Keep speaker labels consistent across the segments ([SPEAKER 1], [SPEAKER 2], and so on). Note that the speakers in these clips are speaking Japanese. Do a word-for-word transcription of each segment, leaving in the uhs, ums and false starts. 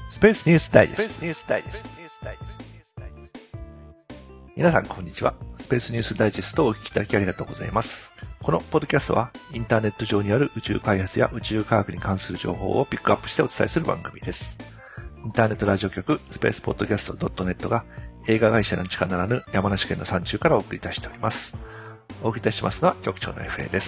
[SPEAKER 1] スペースニュースダイジェスト。皆さんこんにちは。スペースニュースダイジェストをお聞きいただきありがとうございます。このポッドキャストはインターネット上にある宇宙開発や宇宙科学に関する情報をピックアップしてお伝えする番組です。インターネットラジオ局スペースポッドキャスト ドットネット が映画会社の力ならぬ山梨県の山中からお送りいたしております。お送りいたしますのは局長の エフエー です。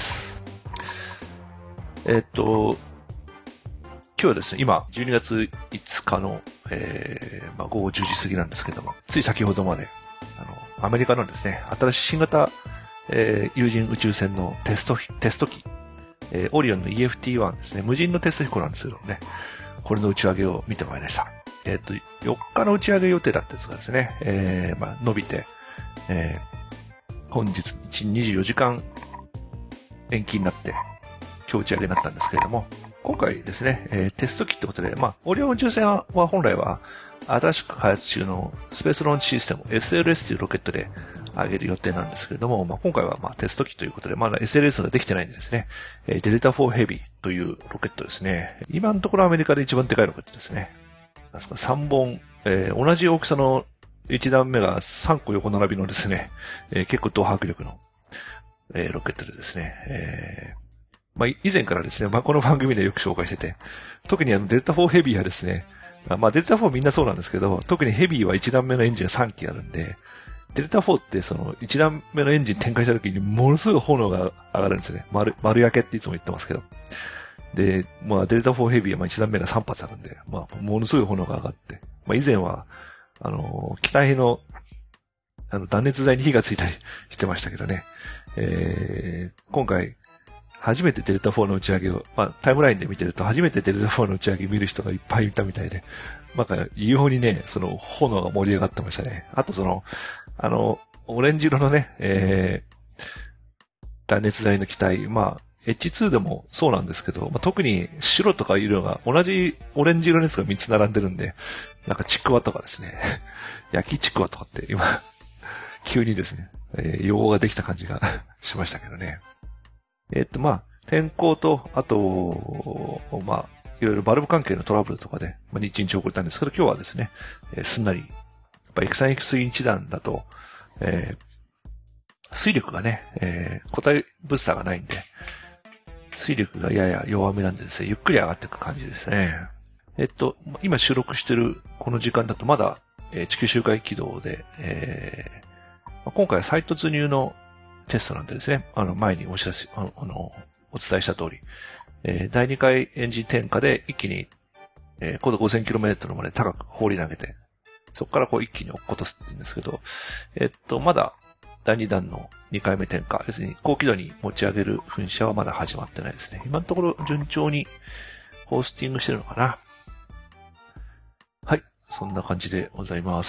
[SPEAKER 1] えっと、今日はですね、今、じゅうにがついつかの、えー、まあ、午後じゅうじ過ぎなんですけども、つい先ほどまで、あの、アメリカのですね、新しい新型、えー、有人宇宙船のテスト、テスト機、えー、オリオンの イーエフティーワン ですね、無人のテスト飛行なんですけどね、これの打ち上げを見てまいりました。えっと、よっかの打ち上げ予定だったんですがですね、えー、まあ、伸びて、えー、本日いちにじゅうよじかん延期になって、今日打ち上げになったんですけれども、今回ですね、えー、テスト機ってことで、まあ、オリオン宇宙船は本来は新しく開発中のスペースローンチシステム エスエルエス というロケットで上げる予定なんですけれども、まあ、今回はまあテスト機ということで、まだ エスエルエス ができてないんでですね、えー、デルタフォーヘビーというロケットですね。今のところアメリカで一番でかいロケットですね。なんですか、さんぼん、えー、同じ大きさのいち段目がさんこ横並びのですね、えー、結構ド迫力の、えー、ロケットでですね、えーまあ、以前からですね、まあ、この番組でよく紹介してて、特にあの、デルタフォーヘビーはですね、まあ、デルタフォーみんなそうなんですけど、特にヘビーはいち段目のエンジンがさんきあるんで、デルタフォーってそのいち段目のエンジン展開した時にものすごい炎が上がるんですよね。丸、丸焼けっていつも言ってますけど。で、まあ、デルタフォーヘビーはまあいち段目がさん発あるんで、まあ、ものすごい炎が上がって、まあ、以前は、あの、機体の、あの、断熱材に火がついたりしてましたけどね。えー、今回、初めてデルタフォーの打ち上げを、まあ、タイムラインで見てると初めてデルタフォーの打ち上げ見る人がいっぱいいたみたいで、なんか異様にね、その炎が盛り上がってましたね。あとその、あの、オレンジ色のね、えー、断熱材の機体、まあ、エイチツー でもそうなんですけど、まあ、特に白とかいうのが同じオレンジ色のやつがみっつ並んでるんで、なんかちくわとかですね、焼きちくわとかって今、急にですね、えー、用語ができた感じがしましたけどね。えっと、まあ、天候と、あと、まあ、いろいろバルブ関係のトラブルとかで、まあ、日日遅れたんですけど、今日はですね、えー、すんなり、やっぱ エクスリーエックススリー 一段だと、えー、水力がね、えー、固体ブースターがないんで、水力がやや弱めなんでですね、ゆっくり上がっていく感じですね。えっと、今収録してるこの時間だとまだ、えー、地球周回軌道で、えー、今回は再突入のテストなんでですね、あの、前にお知らせ、あの、あのお伝えした通り、えー、だいにかいエンジン点火で一気に、えー、高度 ごせんキロメートル まで高く放り投げて、そこからこう一気に落っことすって言うんですけど、えっと、まだだいに段のにかいめ点火、要するに高軌道に持ち上げる噴射はまだ始まってないですね。今のところ順調にホースティングしてるのかな。はい、そんな感じでございます。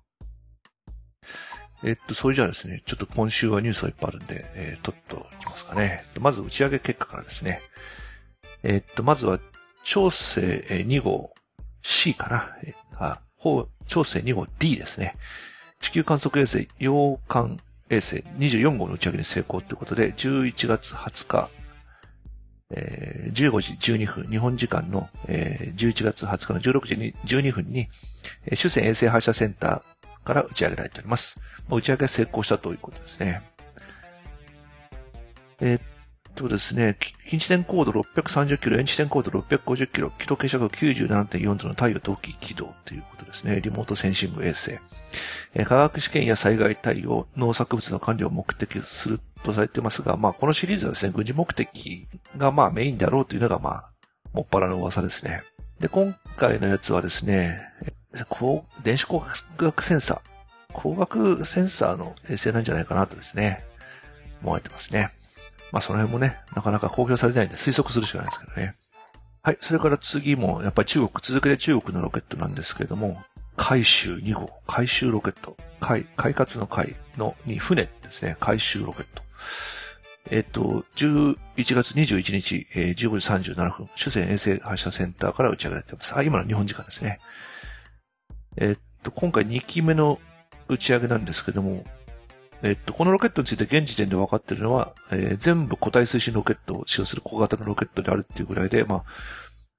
[SPEAKER 1] えっと、それじゃあですね、ちょっと今週はニュースがいっぱいあるんで、えー、とっといきますかね。まず打ち上げ結果からですね。えっと、まずは、長征に号 C かな。えあ、長征に号 D ですね。地球観測衛星、洋間衛星にじゅうよん号の打ち上げに成功ということで、じゅういちがつはつか、えー、じゅうごじじゅうにふん、日本時間の、えー、じゅういちがつはつかのじゅうろくじじゅうにふんに、えー、主戦衛星発射センター、から打ち上げられております。打ち上げが成功したということですね。えー、っとですね、近地点高度ろっぴゃくさんじゅっキロ、遠地点高度ろっぴゃくごじゅっキロ、軌道傾斜角 きゅうじゅうななてんよん 度の太陽同期軌道ということですね。リモートセンシング衛星。えー、科学試験や災害対応、農作物の管理を目的とするとされていますが、まあこのシリーズはですね、軍事目的がまあメインであろうというのがまあ、もっぱらの噂ですね。で、今回のやつはですね、こう、電子工学センサー、光学センサーの衛星なんじゃないかなとですね、思われてますね。まあその辺もね、なかなか公表されてないんで推測するしかないですけどね。はい、それから次も、やっぱり中国、続けて中国のロケットなんですけれども、海舟に号、海舟ロケット、海、海活の海のに船ですね、海舟ロケット。えっと、じゅういちがつにじゅういちにち、えー、じゅうごじさんじゅうななふん、主戦衛星発射センターから打ち上げられています。あ、今の日本時間ですね。えっと、今回にきめの打ち上げなんですけども、えっと、このロケットについて現時点で分かっているのは、えー、全部固体推進ロケットを使用する小型のロケットであるっていうぐらいで、まあ、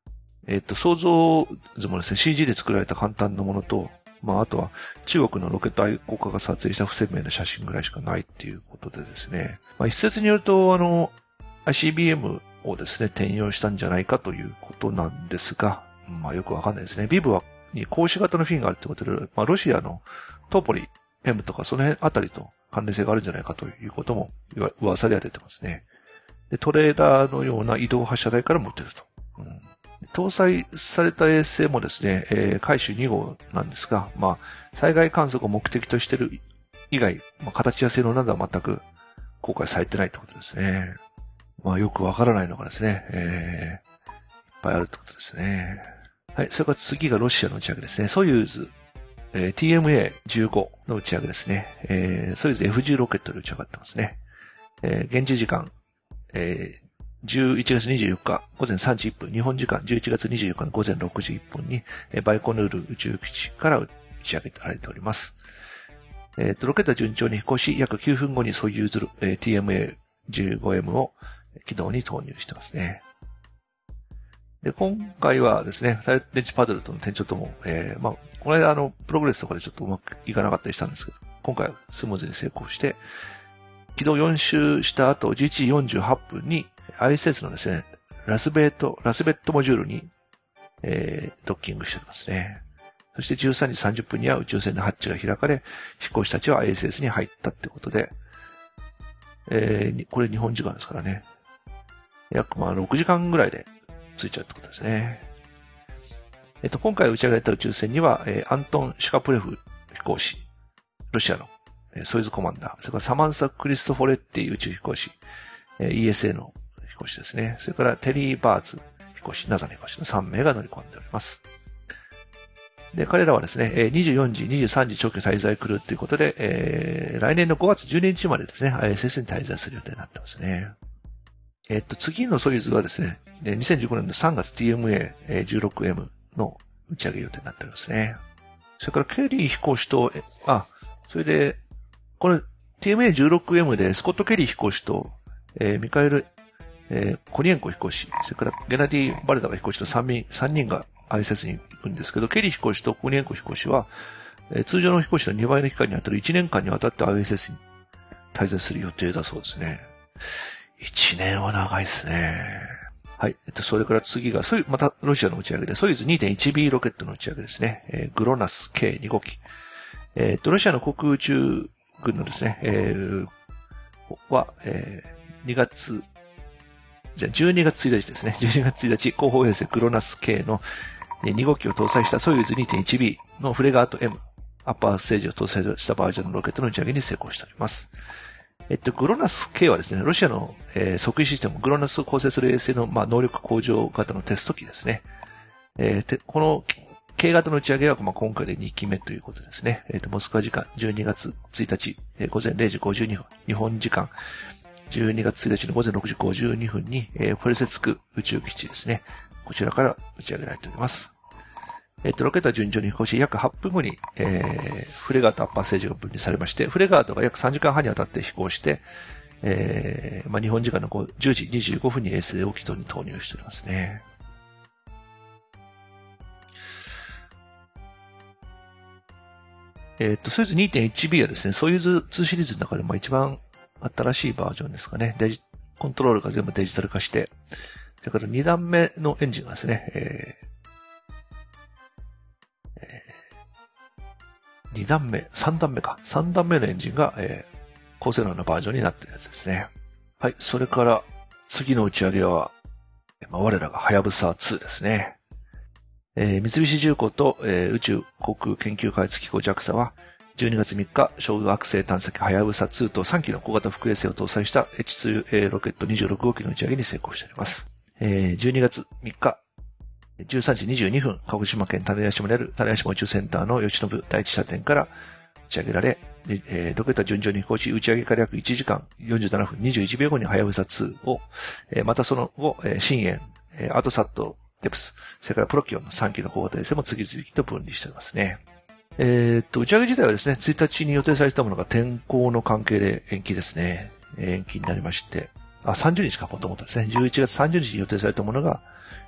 [SPEAKER 1] えっと、想像図もですね、シージー で作られた簡単なものと、まあ、あとは中国のロケット愛好家が撮影した不鮮明な写真ぐらいしかないっていうことでですね。まあ、一説によると、あの、アイシービーエム をですね、転用したんじゃないかということなんですが、まあ、よくわかんないですね。ビブは、に格子型のフィンがあるってことで、まあ、ロシアのトーポリ エム とかその辺あたりと関連性があるんじゃないかということも噂では出てますね。で、トレーラーのような移動発射台から持っていると。うん、搭載された衛星もですね、えー、海舟に号なんですが、まあ、災害観測を目的としている以外、まあ、形や性能などは全く公開されてないってことですね。まあ、よくわからないのがですね、えー、いっぱいあるってことですね。はい、それから次がロシアの打ち上げですね。ソユーズ、えー、ティーエムエーじゅうご の打ち上げですね。えー、ソユーズ エフじゅう ロケットで打ち上がってますね。えー、現地時間、えーじゅういちがつにじゅうよっか午前さんじいっぷん、日本時間じゅういちがつにじゅうよっかの午前ろくじいっぷんに、バイコヌール宇宙基地から打ち上げられております。えっと、ロケットは順調に飛行し、約きゅうふんごにソユーズ ティーエムエーじゅうごエム を軌道に投入してますね。で、今回はですね、電池パドルとの転調とも、えー、まあ、この間あの、プログレスとかでちょっとうまくいかなかったりしたんですけど、今回はスムーズに成功して、軌道よん周した後、じゅういちじよんじゅうはっぷんに アイエスエス のですね、ラスベット、ラスベットモジュールに、えー、ドッキングしておりますね。そしてじゅうさんじさんじゅっぷんには宇宙船のハッチが開かれ、飛行士たちは アイエスエス に入ったってことで、えー、これ日本時間ですからね。約まあろくじかんぐらいで着いちゃうってことですね。えっと、今回打ち上げられた宇宙船には、えー、アントン・シュカプレフ飛行士、ロシアのソユーズコマンダー、それからサマンサ・クリストフォレッティ宇宙飛行士、イーエスエー の飛行士ですね。それからテリー・バーツ飛行士、ナサの飛行士のさんめいが乗り込んでおります。で、彼らはですね、にじゅうよじ、にじゅうさんじ長期滞在クルーということで、えー、来年のごがつじゅうににちまでですね、アイエスエス に滞在する予定になってますね。えっと、次のソユーズはですね、にせんじゅうごねんのさんがつ ティーエムエーじゅうろくエム の打ち上げ予定になっておりますね。それからケリー飛行士と、あ、それで、この ティーエムエーじゅうろくエム でスコット・ケリー飛行士と、えー、ミカエル、えー、コニエンコ飛行士、それからゲナディ・バレダが飛行士とさんにん、さんにんが アイエスエス に行くんですけど、ケリー飛行士とコニエンコ飛行士は、えー、通常の飛行士のにばいの期間にあたるいちねんかんにわたって アイエスエス に滞在する予定だそうですね。いちねんは長いですね。はい。えっと、それから次が、そういう、またロシアの打ち上げで、ソユーズ にてんいちビー ロケットの打ち上げですね。えー、グロナス ケーにごき。えっと、ロシアの航空宇宙軍のですね、えー、は、えー、にがつ、じゃじゅうにがつついたちですね。じゅうにがつついたち、後方衛星グロナス ケーのにごきを搭載したソユーズ にてんいちビー のフレガート M、アッパーステージを搭載したバージョンのロケットの打ち上げに成功しております。えっと、グロナス ケーはですね、ロシアの、えー、測位システム、グロナスを構成する衛星の、まあ、能力向上型のテスト機ですね。えー、てこの K 型の打ち上げは、まあ、今回でにきめということですね。えっと、モスクワ時間じゅうにがつついたち、えー、午前れいじごじゅうにふん、日本時間じゅうにがつついたちの午前ろくじごじゅうにふんに、えー、プレセツク宇宙基地ですね。こちらから打ち上げられております。えっと、ロケットは順調に飛行し、約はっぷんごに、えー、フレガートアッパーステージが分離されまして、フレガートが約さんじかんはんにわたって飛行して、えー、まあ、日本時間のじゅうじにじゅうごふんに衛星を軌道に投入しておりますね。えっと、ソユーズ にてんいちビー はですね、ソユーズにシリーズの中でも一番新しいバージョンですかね。デジ、コントロールが全部デジタル化して、それからにだんめのエンジンがですね、えーにだんめ、さんだんめか。さんだんめのエンジンが、えー、高性能なバージョンになっているやつですね。はい。それから、次の打ち上げは、まあ、我らがはやぶさにですね。えー、三菱重工と、えー、宇宙航空研究開発機構 ジャクサ は、じゅうにがつみっか、小惑星探査機はやぶさにとさんきの小型複衛星を搭載した エイチツーエー ロケットにじゅうろくごきの打ち上げに成功しております。えー、じゅうにがつみっか、じゅうさんじにじゅうにふん、鹿児島県種子島にある種子島宇宙センターの吉信第一射点から打ち上げられ、えー、ロケットは順調に飛行し、打ち上げから約いちじかんよんじゅうななふんにじゅういちびょうごにはやぶさにを、えー、またその後、えー、深淵、えー、アートサット、デプス、それからプロキオンのさんきの小型衛星も次々と分離しておりますね。えー、っと、打ち上げ自体はですね、ついたちに予定されていたものが天候の関係で延期ですね。延期になりまして、あ、さんじゅうにちか、もともとですね、じゅういちがつさんじゅうにちに予定されたものが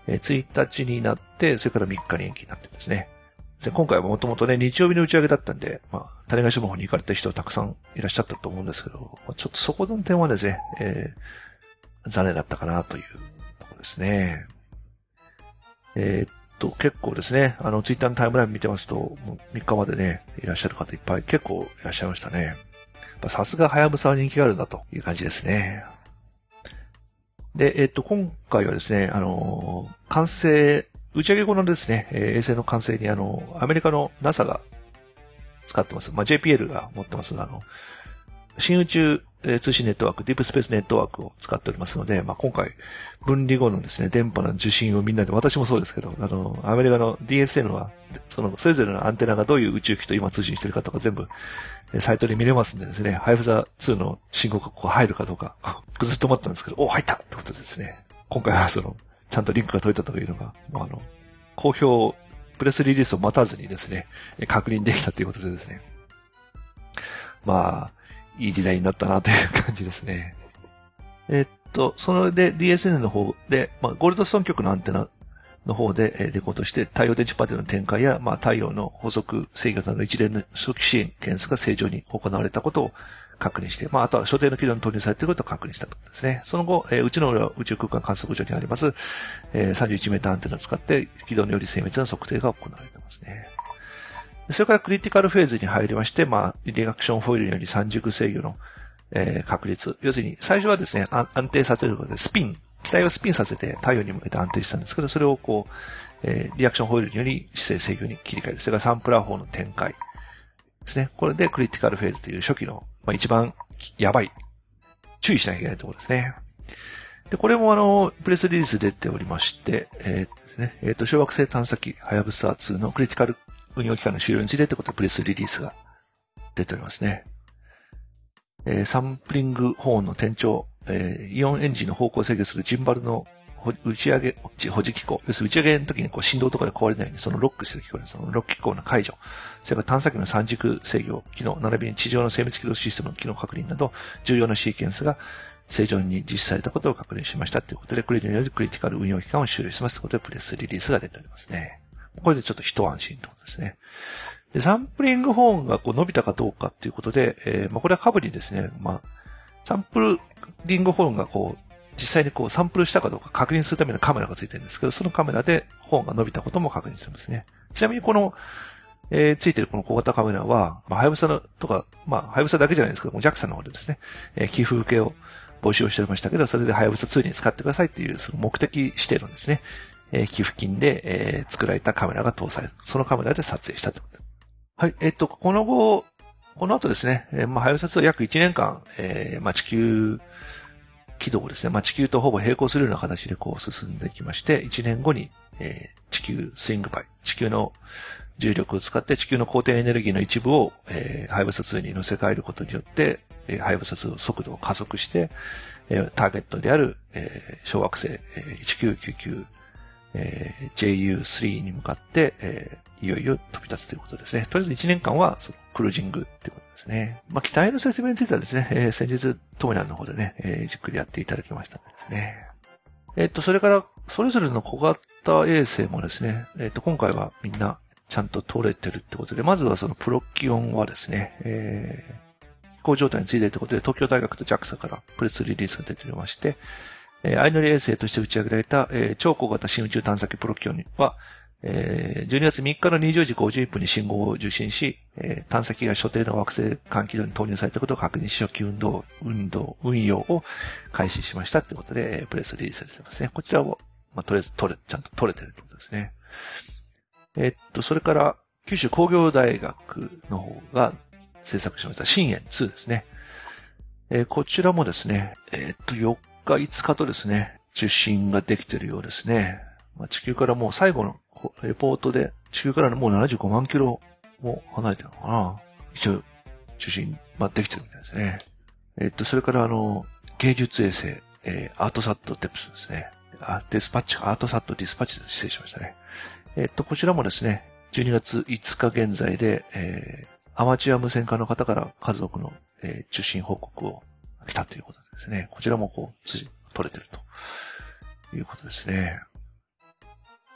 [SPEAKER 1] えー、ついたちになって、それからみっかに延期になってですね。で今回はもともとね、日曜日の打ち上げだったんで、まあ、種子島の方に行かれた人はたくさんいらっしゃったと思うんですけど、まあ、ちょっとそこの点はですね、えー、残念だったかなというところですね。えー、っと、結構ですね、あの、ツイッターのタイムライン見てますと、もうみっかまでね、いらっしゃる方いっぱい結構いらっしゃいましたね。さすがはやぶさは人気があるんだという感じですね。で、えー、っと、今回はですね、あのー、完成、打ち上げ後のですね、えー、衛星の完成にあの、アメリカの ナサ が使ってます。まあ、ジェイピーエル が持ってます。あの、新宇宙通信ネットワーク、ディープスペースネットワークを使っておりますので、まあ、今回、分離後のですね、電波の受信をみんなで、私もそうですけど、あの、アメリカの ディーエスエヌ は、その、それぞれのアンテナがどういう宇宙機と今通信してるかとか全部、サイトで見れますんでですね、ハイフザツーの信号がここ入るかどうか、ずっと思ったんですけど、お、入ったってことですね。今回はその、ちゃんとリンクが取れたというのが、まあ、あの、公表、プレスリリースを待たずにですね、確認できたということでですね。まあ、いい時代になったなという感じですね。えっと、それで ディーエスエヌ の方で、まあ、ゴールドストーン局のアンテナの方でデコードして太陽電池パネルの展開や、まあ、太陽の補足制御などの一連の初期支援検出が正常に行われたことを確認して、まあ、あとは所定の軌道に投入されていることを確認したということですね。その後、えー、うちの宇宙空間観測所にあります、えー、さんじゅういちメーターアンテナを使って軌道により精密な測定が行われていますね。それからクリティカルフェーズに入りまして、まあ、リアクションフォイルにより三軸制御の、えー、確率。要するに、最初はですね、安定させることでスピン、機体をスピンさせて太陽に向けて安定したんですけど、それをこう、えー、リアクションフォイルにより姿勢制御に切り替える。それからサンプラー法の展開ですね。これでクリティカルフェーズという初期の、まあ、一番やばい、注意しなきゃいけないところですね。で、これもあの、プレスリリース出ておりまして、えー、ですね、えっ、ー、と、小惑星探査機、はやぶさツーのクリティカル運用期間の終了についてってことでプレスリリースが出ておりますね。えー、サンプリングホーンの転調、えー、イオンエンジンの方向を制御するジンバルの打ち上げ、保持機構。要するに打ち上げの時にこう振動とかで壊れないように、そのロックしてる機構です。そのロック機構の解除。それから探査機の三軸制御機能、並びに地上の精密機動システムの機能確認など、重要なシーケンスが正常に実施されたことを確認しましたということで、クリによりクリティカル運用期間を終了しますということで、プレスリリースが出ておりますね。これでちょっと一安心ということですね。で、サンプリングホーンがこう伸びたかどうかということで、えー、まあこれは株にですね、まあ、サンプリングホーンがこう、実際にこうサンプルしたかどうか確認するためのカメラがついてるんですけど、そのカメラでホーンが伸びたことも確認してますね。ちなみにこの、えー、ついてるこの小型カメラは、まあ、はやぶさのとか、まあ、はやぶさだけじゃないですけども、ジャクサ の方でですね、えー、寄付受けを募集をしておりましたけど、それではやぶさツーに使ってくださいっていう、その目的指定のですね、えー、寄付金で、えー、作られたカメラが搭載、そのカメラで撮影したということです。はい、えっと、この後、この後ですね、えー、まあ、はやぶさツーは約いちねんかん、えー、まあ、地球、軌道をですね、まあ、地球とほぼ並行するような形でこう進んでいきまして、いちねんごに、えー、地球スイングパイ、地球の重力を使って地球の公転エネルギーの一部を、えー、はやぶさツーに乗せ替えることによって、えー、はやぶさツーの速度を加速して、えー、ターゲットである、えー、小惑星、えー、いちきゅうきゅうきゅう、えー、ジェイユースリー に向かって、えー、いよいよ飛び立つということですね。とりあえずいちねんかんはそのクルージングってことですね。まあ、機体の説明についてはですね、えー、先日、トミナンの方でね、えー、じっくりやっていただきましたのでですね。えっと、それから、それぞれの小型衛星もですね、えっと、今回はみんなちゃんと撮れてるってことで、まずはそのプロキオンはですね、えー、飛行状態についているということで、東京大学と ジャクサ からプレスリリースが出ておりまして、えー、相乗り衛星として打ち上げられた、えー、超小型新宇宙探査機プロキオンは、えー、じゅうにがつみっかのにじゅうじごじゅういっぷんに信号を受信し、えー、探査機が所定の惑星間軌道に投入されたことを確認し、初期運動、運動、運用を開始しましたということで、プレスリリースされてますね。こちらを、まあ、とりあえず取れ、ちゃんと取れてるということですね。えー、っと、それから、九州工業大学の方が制作しました新円ツーですね。えー、こちらもですね、えー、っと、よっか、いつかとですね、受信ができているようですね。まあ、地球からもう最後のレポートで、地球からもうななじゅうごまんキロも離れてるのかな。一応、受信、まあ、できてるみたいですね。えっと、それからあの、芸術衛星、えー、アートサットデプスですね。あ、ディスパッチか、アートサットディスパッチで失礼しましたね。えっと、こちらもですね、じゅうにがついつか現在で、えー、アマチュア無線化の方から数多くの、えー、受信報告を来たということですね。こちらもこう、取れてるということですね。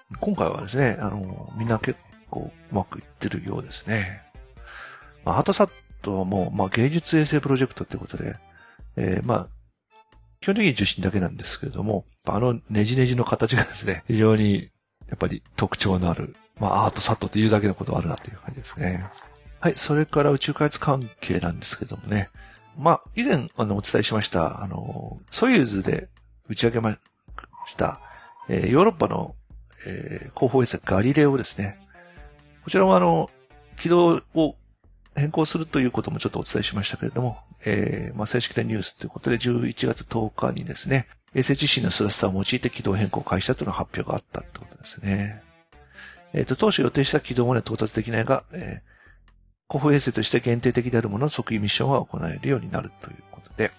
[SPEAKER 1] 今回はですね、あの、みんな結構うまくいってるようですね。まあ、アートサットはもう、まあ、芸術衛星プロジェクトってことで、えー、まあ、基本的に受信だけなんですけれども、あのネジネジの形がですね、非常にやっぱり特徴のある、まあ、アートサットというだけのことがあるなという感じですね。はい、それから宇宙開発関係なんですけどもね。まあ、以前、あの、お伝えしました、あの、ソユーズで打ち上げました、えー、ヨーロッパの、えー、広報衛星ガリレオですね。こちらもあの、軌道を変更するということもちょっとお伝えしましたけれども、えー、まあ、正式なニュースということでじゅういちがつとおかにですね、衛星自身のスラスターを用いて軌道変更を開始したというの発表があったということですね。えっ、ー、と、当初予定した軌道まで到達できないが、えー広報衛星として限定的であるものの即位ミッションは行えるようになるということで、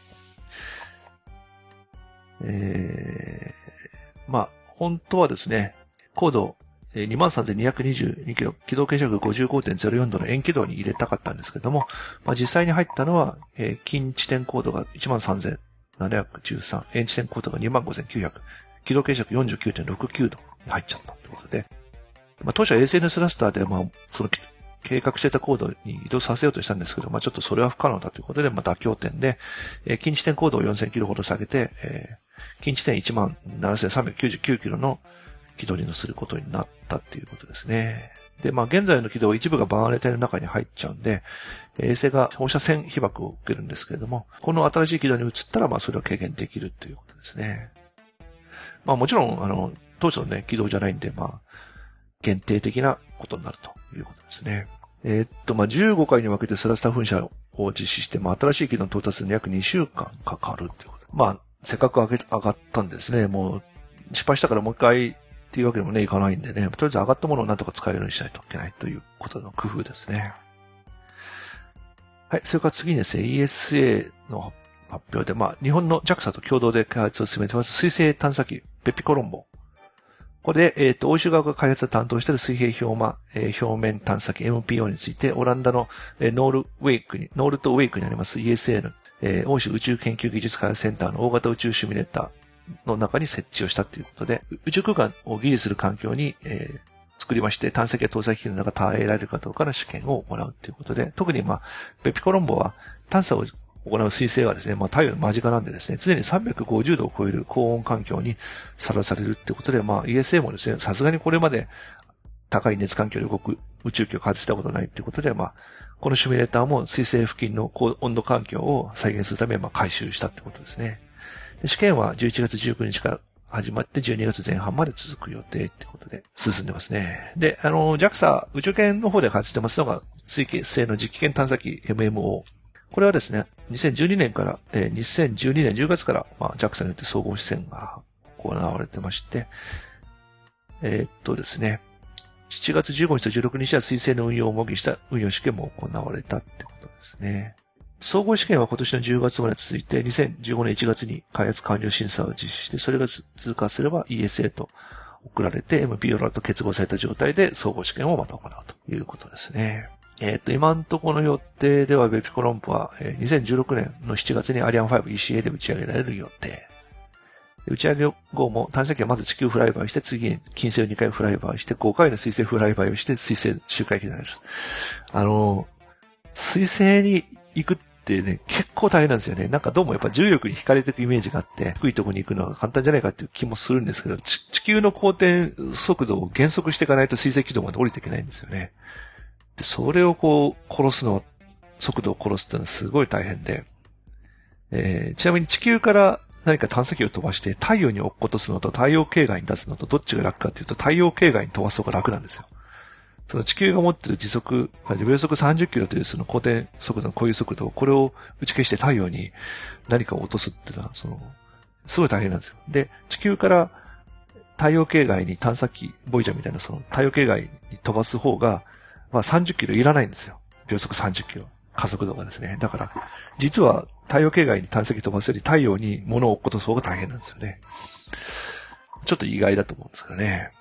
[SPEAKER 1] えー、まあ、本当はですね、高度 にまんさんぜんにひゃくにじゅうにキロ、軌道傾斜角 ごじゅうごてんぜろよん 度の円軌道に入れたかったんですけども、まあ、実際に入ったのは、えー、近地点高度が いちまんさんぜんななひゃくじゅうさん、円地点高度が にまんごせんきゅうひゃく、軌道傾斜角 よんじゅうきゅうてんろくきゅう 度に入っちゃったということで、まあ、当初は エスエヌ スラスターで、まあ、その計画していた高度に移動させようとしたんですけど、まあちょっとそれは不可能だということで、まあ妥協点で、えー、近地点高度をよんせんキロほど下げて、えー、近地点 いちまんななせんさんびゃくきゅうじゅうきゅうキロの軌道に乗せることになったっていうことですね。で、まあ現在の軌道一部がバーンレ帯の中に入っちゃうんで、衛星が放射線被曝を受けるんですけれども、この新しい軌道に移ったら、まあそれを軽減できるということですね。まあもちろん、あの、当初のね、軌道じゃないんで、まあ、限定的なことになるということですね。えー、っと、まあ、じゅうごかいに分けてスラスター噴射を実施して、まあ、新しい軌道に到達に約にしゅうかんかかるっていうこと。まあ、せっかく上げ、上がったんですね。もう、失敗したからもう一回っていうわけにもね、いかないんでね、とりあえず上がったものをなんとか使えるようにしないといけないということの工夫ですね。はい。それから次にですね、イーエスエー の発表で、まあ、日本の ジャクサ と共同で開発を進めてます、水星探査機、ペピコロンボ。これで、えっと、欧州側が開発を担当している水平表面、えー、表面探査機 エムピーオー について、オランダの、えー、ノールウェイクに、ノールとウェイクにあります イーエスエー の、えー、欧州宇宙研究技術開発センターの大型宇宙シミュレーターの中に設置をしたということで、宇宙空間を疑似する環境に、えー、作りまして、探査機や搭載機器の中耐えられるかどうかの試験を行うということで、特にまあ、ペピコロンボは探査を行う水星はですね、まあ太陽の間近なんでですね、常にさんびゃくごじゅうどを超える高温環境にさらされるってことで、まあ イーエスエー もですね、さすがにこれまで高い熱環境で動く宇宙機を開発したことないってことで、まあ、このシミュレーターも水星付近の高温度環境を再現するためにまあ回収したってことですね。で試験はじゅういちがつじゅうくにちから始まってじゅうにがつぜん半まで続く予定ってことで進んでますね。で、あの、ジャクサ 宇宙圏の方で開発してますのが水星の実験探査機 エムエムオー。これはですね、にせんじゅうにねんから、えー、にせんじゅうにねんじゅうがつから、まあ、ジャクサ によって総合試験が行われてまして、えー、っとですね、しちがつじゅうごにちとじゅうろくにちは水星の運用を模擬した運用試験も行われたってことですね。総合試験は今年のじゅうがつまで続いて、にせんじゅうごねんいちがつに開発完了審査を実施して、それが通過すれば イーエスエー と送られて エムピーオー と結合された状態で総合試験をまた行うということですね。えっと、今のところの予定では、ペピコロンボは、にせんじゅうろくねんのしちがつにアリアンファイブ イーシーエー で打ち上げられる予定。打ち上げ後も探査機はまず地球フライバーして、次に金星をにかいフライバーして、ごかいの水星フライバーをして、水星周回機になる。あの、水星に行くってね、結構大変なんですよね。なんかどうもやっぱ重力に惹かれていくイメージがあって、低いところに行くのが簡単じゃないかっていう気もするんですけど、地球の公転速度を減速していかないと水星軌道まで降りていけないんですよね。で、それをこう、殺すの、速度を殺すっていうのはすごい大変で、えー、ちなみに地球から何か探査機を飛ばして太陽に落っことすのと太陽系外に出すのとどっちが楽かっていうと太陽系外に飛ばす方が楽なんですよ。その地球が持っている時速、秒速さんじゅっキロというその公転速度のこういう速度をこれを打ち消して太陽に何かを落とすっていうのは、その、すごい大変なんですよ。で、地球から太陽系外に探査機、ボイジャーみたいなその太陽系外に飛ばす方が、まあさんじゅっキロいらないんですよ。秒速さんじゅっキロ。加速度がですね。だから、実は太陽系外に探査機飛ばすより太陽に物を落っことす方が大変なんですよね。ちょっと意外だと思うんですけどね。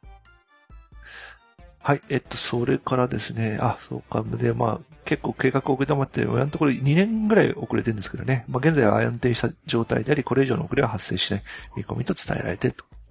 [SPEAKER 1] はい、えっと、それからですね、あ、そうか、で、まあ、結構計画遅れたまって、今のところにねんぐらい遅れてるんですけどね。まあ、現在は安定した状態であり、これ以上の遅れは発生しない見込みと伝えられていると。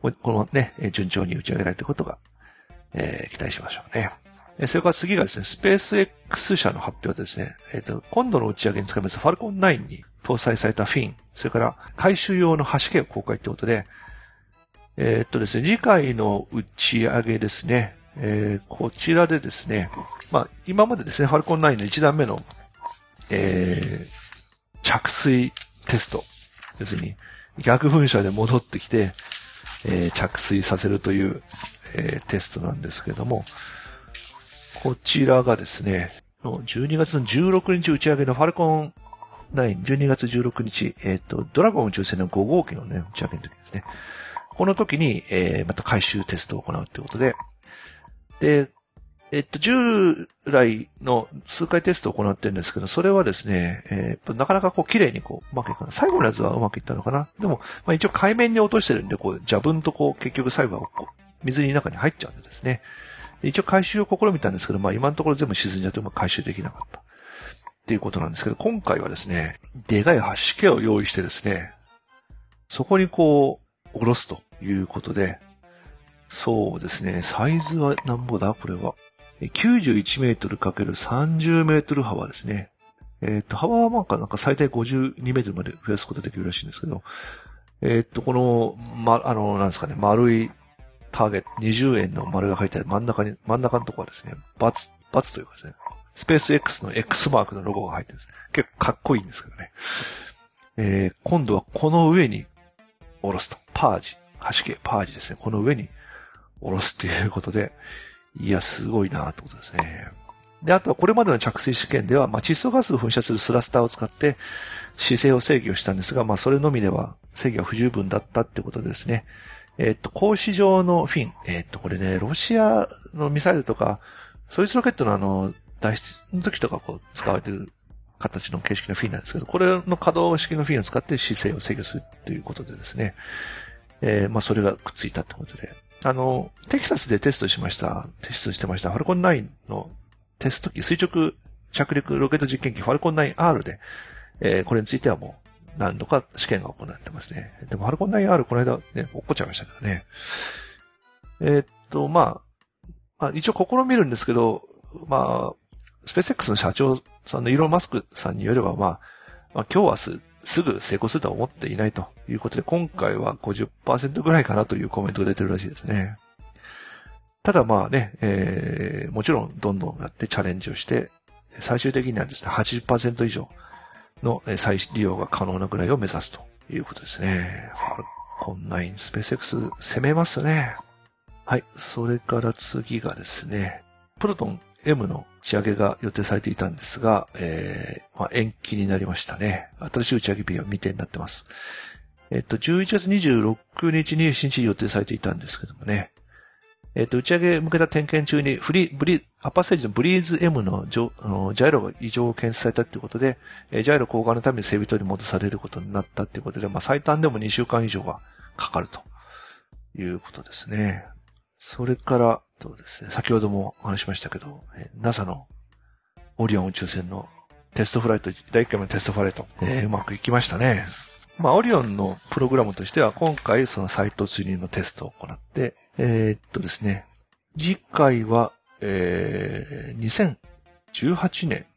[SPEAKER 1] このね、順調に打ち上げられていることが、えー、期待しましょうね。それから次がですね、スペース X 社の発表でですね、えっと、今度の打ち上げに使いますファルコンナインに搭載されたフィン、それから回収用の端系を公開ということで、えー、っとですね、次回の打ち上げですね、えー、こちらでですね、まあ、今までですね、ファルコンナインのいち段目の、えー、着水テスト、要するに逆噴射で戻ってきて、えー、着水させるという、えー、テストなんですけれども、こちらがですね、じゅうにがつのじゅうろくにち打ち上げのファルコンナイン、じゅうにがつじゅうろくにち、えっと、ドラゴン宇宙船のご号機のね、打ち上げの時ですね。この時に、えー、また回収テストを行うということで、で、えっと、従来の数回テストを行ってるんですけど、それはですね、えー、なかなかこう綺麗にこう、うまくいかない。最後のやつはうまくいったのかな。でも、まあ一応海面に落としてるんで、こう、ジャブンとこう、結局最後はこう水の中に入っちゃうんでですね。一応回収を試みたんですけど、まあ今のところ全部沈んじゃっても回収できなかった。っていうことなんですけど、今回はですね、でかい端系を用意してですね、そこにこう、下ろすということで、そうですね、サイズはなんぼだこれは。きゅうじゅういちメートルかけるさんじゅうメートル幅ですね。えっと、幅はなんかなんか最大ごじゅうにメートルまで増やすことができるらしいんですけど、えっと、この、ま、あの、なんですかね、丸いターゲット、にじゅうえんの丸が書いてある真ん中に、真ん中のところはですね、バツ、バツというかですね、スペース X の X マークのロゴが入ってるんです。結構かっこいいんですけどね。えー、今度はこの上に下ろすと。パージ。端系パージですね。この上に下ろすということで、いや、すごいなってことですね。で、あとはこれまでの着水試験では、まあ、窒素ガスを噴射するスラスターを使って姿勢を制御したんですが、まあ、それのみでは制御は不十分だったってことでですね。えっと、格子状のフィン。えっと、これね、ロシアのミサイルとか、ソユーズロケットのあの、脱出の時とかこう使われている形の形式のフィンなんですけど、これの可動式のフィンを使って姿勢を制御するということでですね。えー、まあ、それがくっついたってことで。あの、テキサスでテストしました、テストしてました、ファルコンナインのテスト機、垂直着陸ロケット実験機ファルコンナインアール で、えー、これについてはもう何度か試験が行われてますね。でもファルコンナインアール この間ね、落っこっちゃいましたけどね。えー、っと、まあ、まあ、一応試みるんですけど、まあ、スペース X の社長さんのイーロン・マスクさんによれば、まあ、まあ、今日はすすぐ成功するとは思っていないということで、今回は ごじゅっパーセント ぐらいかなというコメントが出てるらしいですね。ただまあね、えー、もちろんどんどんやってチャレンジをして、最終的にはですね、はちじゅっパーセント 以上の再利用が可能なぐらいを目指すということですね。ファルコンナイン、スペース X 攻めますね。はい。それから次がですね、プロトン M の打ち上げが予定されていたんですが、えーまあ、延期になりましたね。新しい打ち上げ日は未定になってます。えっと、じゅういちがつにじゅうろくにちにしちにち予定されていたんですけどもね。えっと、打ち上げ向けた点検中にフリー、ブリ、アッパーステージのブリーズ M のジョあのジャイロが異常を検出されたということで、えー、ジャイロ交換のために整備等に戻されることになったということで、まあ、最短でもにしゅうかん以上がかかるということですね。それから、そうですね、先ほどもお話しましたけど、NASA のオリオン宇宙船のテストフライト、だいいっかいめのテストフライト、えー、うまくいきましたね。まあ、オリオンのプログラムとしては、今回その再突入のテストを行って、えー、っとですね、次回は、えー、にせんじゅうはちねん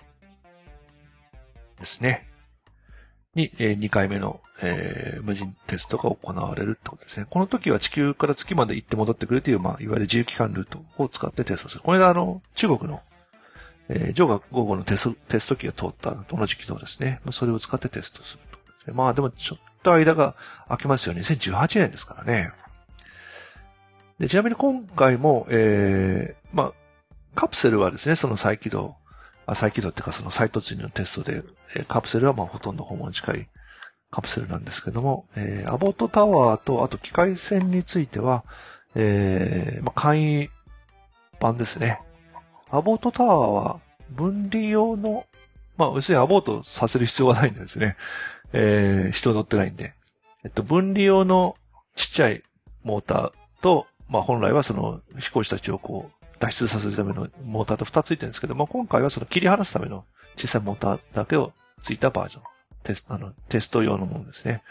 [SPEAKER 1] ですね。に、えー、にかいめの、えー、無人テストが行われるってことですね。この時は地球から月まで行って戻ってくるという、まあ、いわゆる自由期間ルートを使ってテストする。これがあの、中国の、えー、上下午後のテスト、テスト機が通った同じ軌道ですね。それを使ってテストすると。まあでもちょっと間が空きますよね。にせんじゅうはちねんですからね。で、ちなみに今回も、えー、まあ、カプセルはですね、その再起動、あ再起動っていうかその再突入のテストで、えー、カプセルはまあほとんど訪問近いカプセルなんですけども、えー、アボットタワーと、あと機械船については、えー、まあ、簡易版ですね。アボートタワーは分離用の、まあ、要するにアボートさせる必要はないんですね。えー、人乗ってないんで。えっと、分離用のちっちゃいモーターと、まあ、本来はその飛行士たちをこう、脱出させるためのモーターとふたついてるんですけど、まあ、今回はその切り離すための小さいモーターだけをついたバージョン。テスト、あの、テスト用のものですね。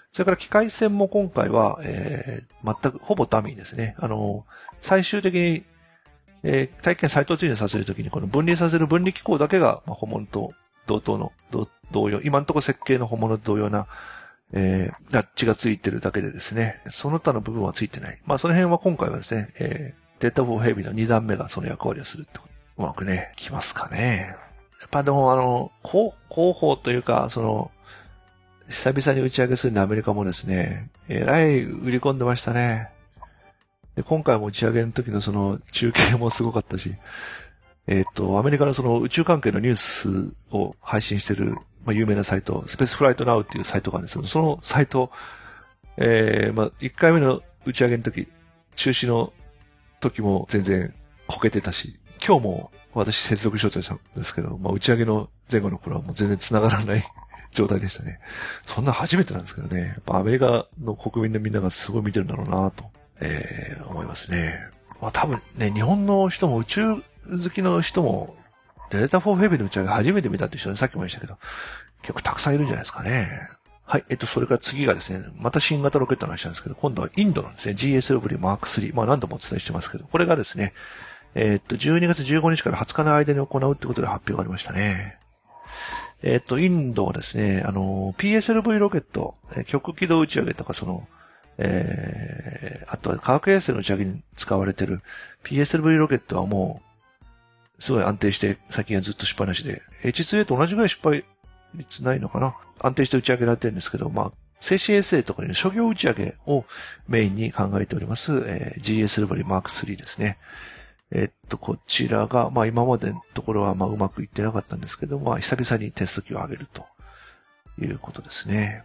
[SPEAKER 1] それから機械線も今回は、えー、全く、ほぼダミーですね。あの、最終的に、えー、体験再突入させるときに、この分離させる分離機構だけが、まあ、本物と同等の、同様、今のところ設計の本物と同様な、えー、ラッチがついてるだけでですね、その他の部分はついてない。まあ、その辺は今回はですね、えー、データフォーヘビーのに段目がその役割をするってこと。うまくね、きますかね。やっぱでも、あの、広報というか、その、久々に打ち上げするんでアメリカもですね、えらい売り込んでましたね。で、今回も打ち上げの時のその中継もすごかったし、えっと、アメリカのその宇宙関係のニュースを配信してる、まあ、有名なサイト、スペースフライトナウっていうサイトがあるんですけど、そのサイト、えー、まあ、いっかいめの打ち上げの時、中止の時も全然こけてたし、今日も私接続しようとしたんですけど、まあ、打ち上げの前後の頃はもう全然繋がらない状態でしたね。そんな初めてなんですけどね。やっぱアメリカの国民のみんながすごい見てるんだろうなと、えー、思いますね。まあ多分ね、日本の人も宇宙好きの人も、デルタフォーヘビーの打ち上げ初めて見たって人ね、さっきも言いましたけど、結構たくさんいるんじゃないですかね。はい。えっと、それから次がですね、また新型ロケットの話なんですけど、今度はインドのですね、ジーエスエルブイ マークスリー。まあ何度もお伝えしてますけど、これがですね、えっと、じゅうにがつじゅうごにちからはつかの間に行うってことで発表がありましたね。えっと、インドはですね、あの、ピーエスエルブイ ロケット、極軌道打ち上げとか、その、えー、あとは化学衛星の打ち上げに使われている ピーエスエルブイ ロケットはもう、すごい安定して、最近はずっと失敗なしで、エイチツーエー と同じぐらい失敗率ないのかな。安定して打ち上げられてるんですけど、まあ、静止衛星とかの諸行打ち上げをメインに考えております、えー、ジーエスエルブイ マークスリー ですね。えっと、こちらが、まあ今までのところはまあうまくいってなかったんですけど、まあ久々にテスト機を上げるということですね。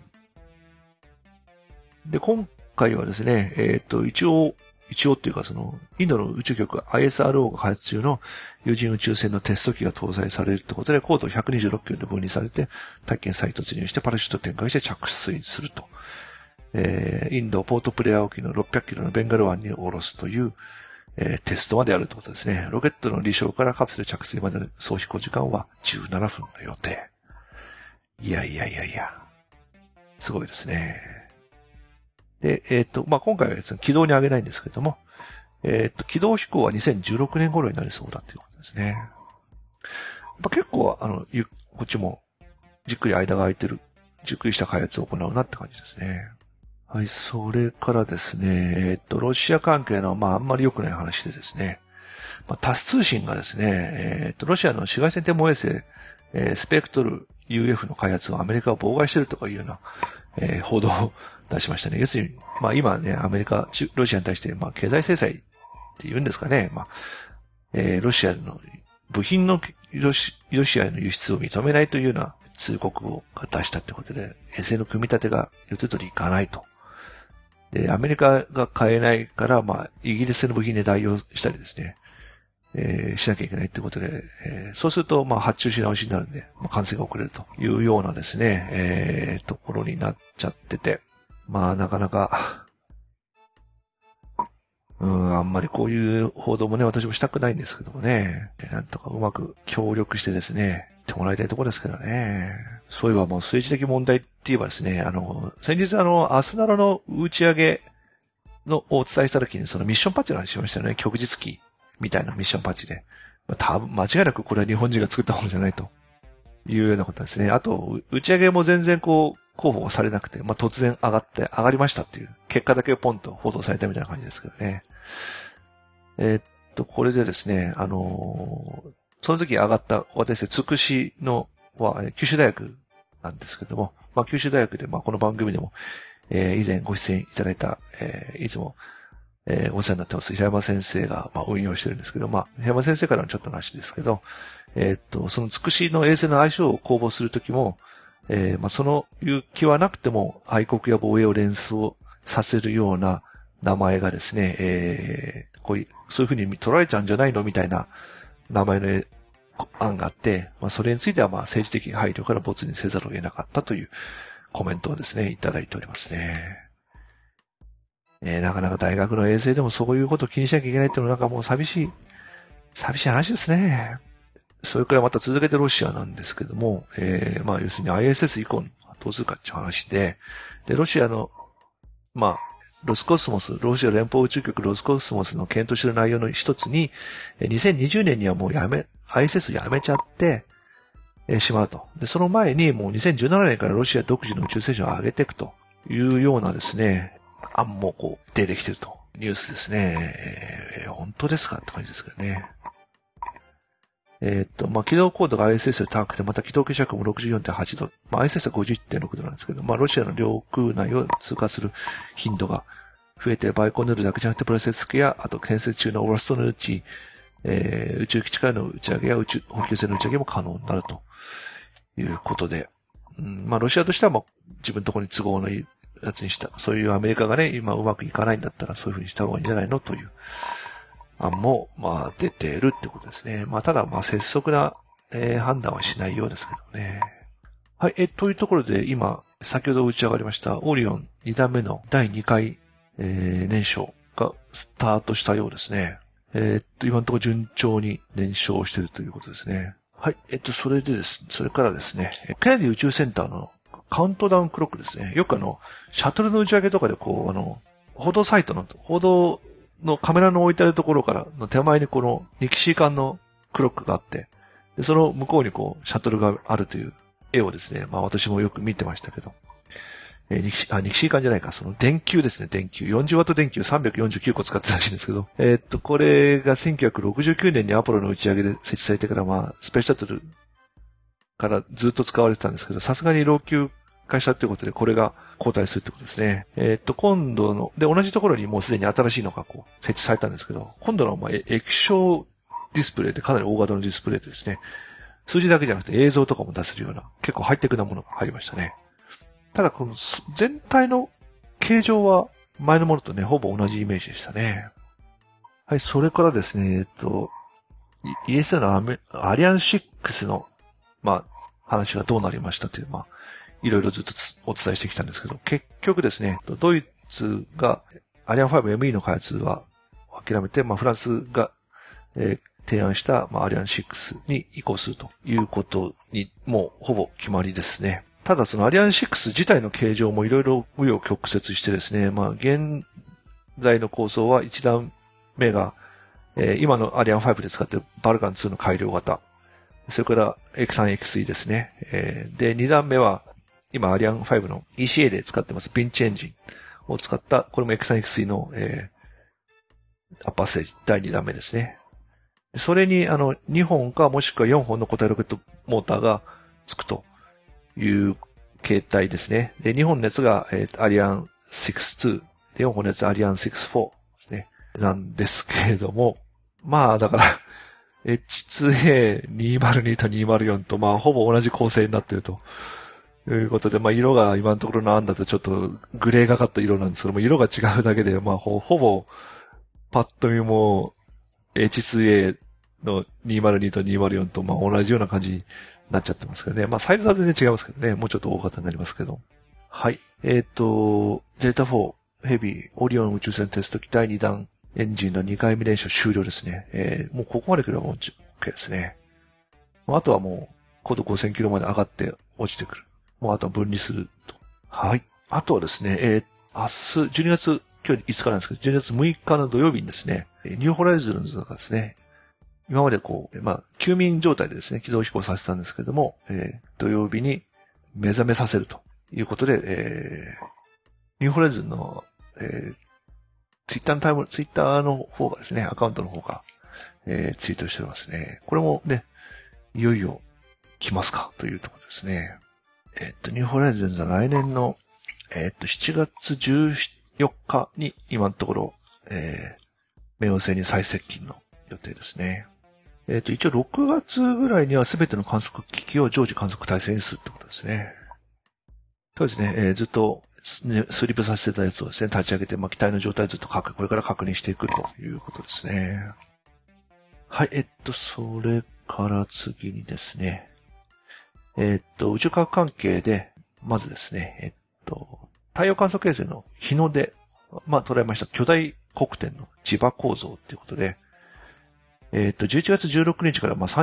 [SPEAKER 1] で、今回はですね、えっと、一応、一応っていうかその、インドの宇宙局 アイエスアールオー が開発中の有人宇宙船のテスト機が搭載されるってことで、高度ひゃくにじゅうろっキロで分離されて、体験再突入してパラシュート展開して着水すると。えー、インドポートプレア沖のろっぴゃくキロのベンガル湾に下ろすという、えー、テストまでやるってことですね。ロケットの離床からカプセル着水までの総飛行時間はじゅうななふんの予定。いやいやいやいや。すごいですね。で、えっと、まあ、今回はですね、軌道に上げないんですけれども、えっと、軌道飛行はにせんじゅうろくねん頃になりそうだということですね。やっぱ結構、あの、ゆ、こっちも、じっくり間が空いてる、じっくりした開発を行うなって感じですね。はい、それからですね、えっと、ロシア関係の、まあ、あんまり良くない話でですね、まあ、タス通信がですね、えっと、ロシアの紫外線天文衛星、えー、スペクトル ユーエフ の開発をアメリカが妨害しているとかいうような、えー、報道を出しましたね。要するに、まあ今ね、アメリカ、ロシアに対して、まあ経済制裁って言うんですかね。まあ、えー、ロシアの部品のロシ、ロシアへの輸出を認めないというような通告を出したってことで、衛星の組み立てが予定通りいかないと。で、アメリカが買えないから、まあ、イギリスの部品で代用したりですね、えー、しなきゃいけないってことで、えー、そうすると、まあ、発注し直しになるんで、まあ、完成が遅れるというようなですね、えー、ところになっちゃってて、まあ、なかなか、うん、あんまりこういう報道もね、私もしたくないんですけどもね、なんとかうまく協力してですね、ってもらいたいところですけどね。そういえばもう政治的問題って言えばですね、あの、先日あの、アスナロの打ち上げのをお伝えした時にそのミッションパッチの話しましたよね。旭日機みたいなミッションパッチで。まあ、多分、間違いなくこれは日本人が作ったものじゃないというようなことですね。あと、打ち上げも全然こう、候補はされなくて、まあ、突然上がって、上がりましたっていう、結果だけをポンと報道されたみたいな感じですけどね。えー、っと、これでですね、あのー、その時上がった小型衛星、つくしのは、九州大学なんですけども、まあ、九州大学で、まあ、この番組でも、えー、以前ご出演いただいた、えー、いつも、えー、お世話になってます、平山先生が、まあ、運用してるんですけど、まあ、平山先生からのちょっと話ですけど、えー、っと、そのつくしの衛星の相性を公募するときも、えー、まあ、そのいう気はなくても、愛国や防衛を連想させるような名前がですね、えー、こういう、そういうふうに取られちゃうんじゃないのみたいな名前の案があって、まあ、それについてはまあ政治的配慮から没にせざるを得なかったというコメントをですね、いただいておりますね。えー、なかなか大学の衛星でもそういうことを気にしなきゃいけないっていうのはなんかもう寂しい、寂しい話ですね。それからまた続けてロシアなんですけども、えー、まあ要するに アイエスエス 以降どうするかっていう話で、 で、ロシアの、まあ、ロスコスモス、ロシア連邦宇宙局ロスコスモスの検討している内容の一つに、にせんにじゅうねんにはもうやめ、アイエスエス やめちゃって、えー、しまうと。で、その前にもうにせんじゅうななねんからロシア独自の宇宙ステーションを上げていくというようなですね、案もこう出てきてると。ニュースですね。えー、本当ですかって感じですけどね。えー、っと、まあ、軌道高度が アイエスエス より高くて、また軌道傾斜角も ろくじゅうよんてんはち 度。まあ、アイエスエス は ごじゅういってんろく 度なんですけど、まあ、ロシアの領空内を通過する頻度が増えて、バイコヌールだけじゃなくて、プロセス機や、あと建設中のオラストのうち、えー、宇宙基地からの打ち上げや宇宙、補給船の打ち上げも可能になるということで、うん、まあ、ロシアとしては、まあ、自分のところに都合のいいやつにした。そういうアメリカがね、今うまくいかないんだったら、そういうふうにした方がいいんじゃないのという案も、まあ、出ているってことですね。まあ、ただ、まあ、拙速な、えー、判断はしないようですけどね。はい、え、というところで、今、先ほど打ち上がりました、オリオンにだんめのだいにかい、えー、燃焼がスタートしたようですね。えー、っと、今のところ順調に燃焼しているということですね。はい、えっと、それでです、それからですね、ケネディ宇宙センターのカウントダウンクロックですね。よくあの、シャトルの打ち上げとかでこう、あの、報道サイトの、報道のカメラの置いてあるところからの手前にこのニキシー管のクロックがあって、でその向こうにこう、シャトルがあるという絵をですね、まあ私もよく見てましたけど、えー、ニキシ、あ、ニキシー管じゃないか、その電球ですね、電球。よんじゅうワット電球さんびゃくよんじゅうきゅうこ使ってたらしいんですけど、えー、っと、これがせんきゅうひゃくろくじゅうきゅうねんにアポロの打ち上げで設置されてから、まあ、スペースシャトルからずっと使われてたんですけど、さすがに老朽化したということで、これが交代するってことですね。えー、っと、今度の、で、同じところにもうすでに新しいのがこう、設置されたんですけど、今度の、まあ、液晶ディスプレイでかなり大型のディスプレイでですね、数字だけじゃなくて映像とかも出せるような、結構ハイテクなものが入りましたね。ただ、この全体の形状は前のものとね、ほぼ同じイメージでしたね。はい、それからですね、えっと、イーエスエー のアメアリアンシックスの、まあ、話がどうなりましたという、まあ、いろいろずっとお伝えしてきたんですけど、結局ですね、ドイツがアリアン ファイブエムイー の開発は諦めて、まあ、フランスが、えー、提案した、まあ、アリアンシックスに移行するということに、もうほぼ決まりですね。ただそのアリアンシックス自体の形状もいろいろ紆余曲折してですね、まあ、現在の構想はいちだんめが、えー、今のアリアンファイブで使っているバルカンツーの改良型。それから エックススリー、エックススリー ですね。えー、で、にだんめは、今アリアンファイブの イーシーエー で使ってますピンチエンジンを使った、これも エックススリー、エックススリー の、えー、アッパーステージだいにだんめですね。それに、あの、にほんかもしくはよんほんの固体ロケットモーターがつくという形態ですね。で、にほんのやつが、えー、アリアンシックスツー、で、よんほんのやつアリアンシックスフォーですね。なんですけれども、まあ、だから、エイチツーエーにひゃくに とにひゃくよんと、まあ、ほぼ同じ構成になっているということで、まあ、色が今のところの案だとちょっとグレーがかった色なんですけども、色が違うだけで、まあ、ほ、ほぼ、パッと見も、エイチツーエー のにひゃくにとにひゃくよんと、まあ、同じような感じになっちゃってますけどね。まあ、サイズは全然違いますけどね。もうちょっと大型になりますけど。はい。えっ、ー、と、データフォー、ヘビー、オリオン宇宙船テスト機だいにだん、エンジンのにかいめ燃焼終了ですね。えー、もうここまで来ればもう OK ですね。あとはもう、高度ごせんキロまで上がって落ちてくる。もうあとは分離すると。はい。あとはですね、えー、明日、じゅうにがつ、今日いつかなんですけど、じゅうにがつむいかの土曜日にですね、ニューホライズンズがですね、今までこう、まあ、休眠状態でですね、軌道飛行させたんですけども、えー、土曜日に目覚めさせるということで、えー、ニューホライズンの、えー、ツイッターのタイム、ツイッターの方がですね、アカウントの方が、えー、ツイートしてますね。これもね、いよいよ来ますかというところですね。えっと、ニューホライズンズは来年の、えっと、しちがつじゅうよっかに今のところ、えー、冥王星に最接近の予定ですね。えっと、一応ろくがつぐらいには全ての観測機器を常時観測体制にするってことですね。そうですね、えー、ずっと、ね、スリップさせてたやつをですね、立ち上げて、まあ、機体の状態をずっと確、これから確認していくということですね。はい、えっと、それから次にですね、えっと、宇宙科学関係で、まずですね、えっと、太陽観測衛星の日の出、まあ、捉えました巨大黒点の磁場構造っていうことで、えっと、じゅういちがつじゅうろくにちからまあさんじゅう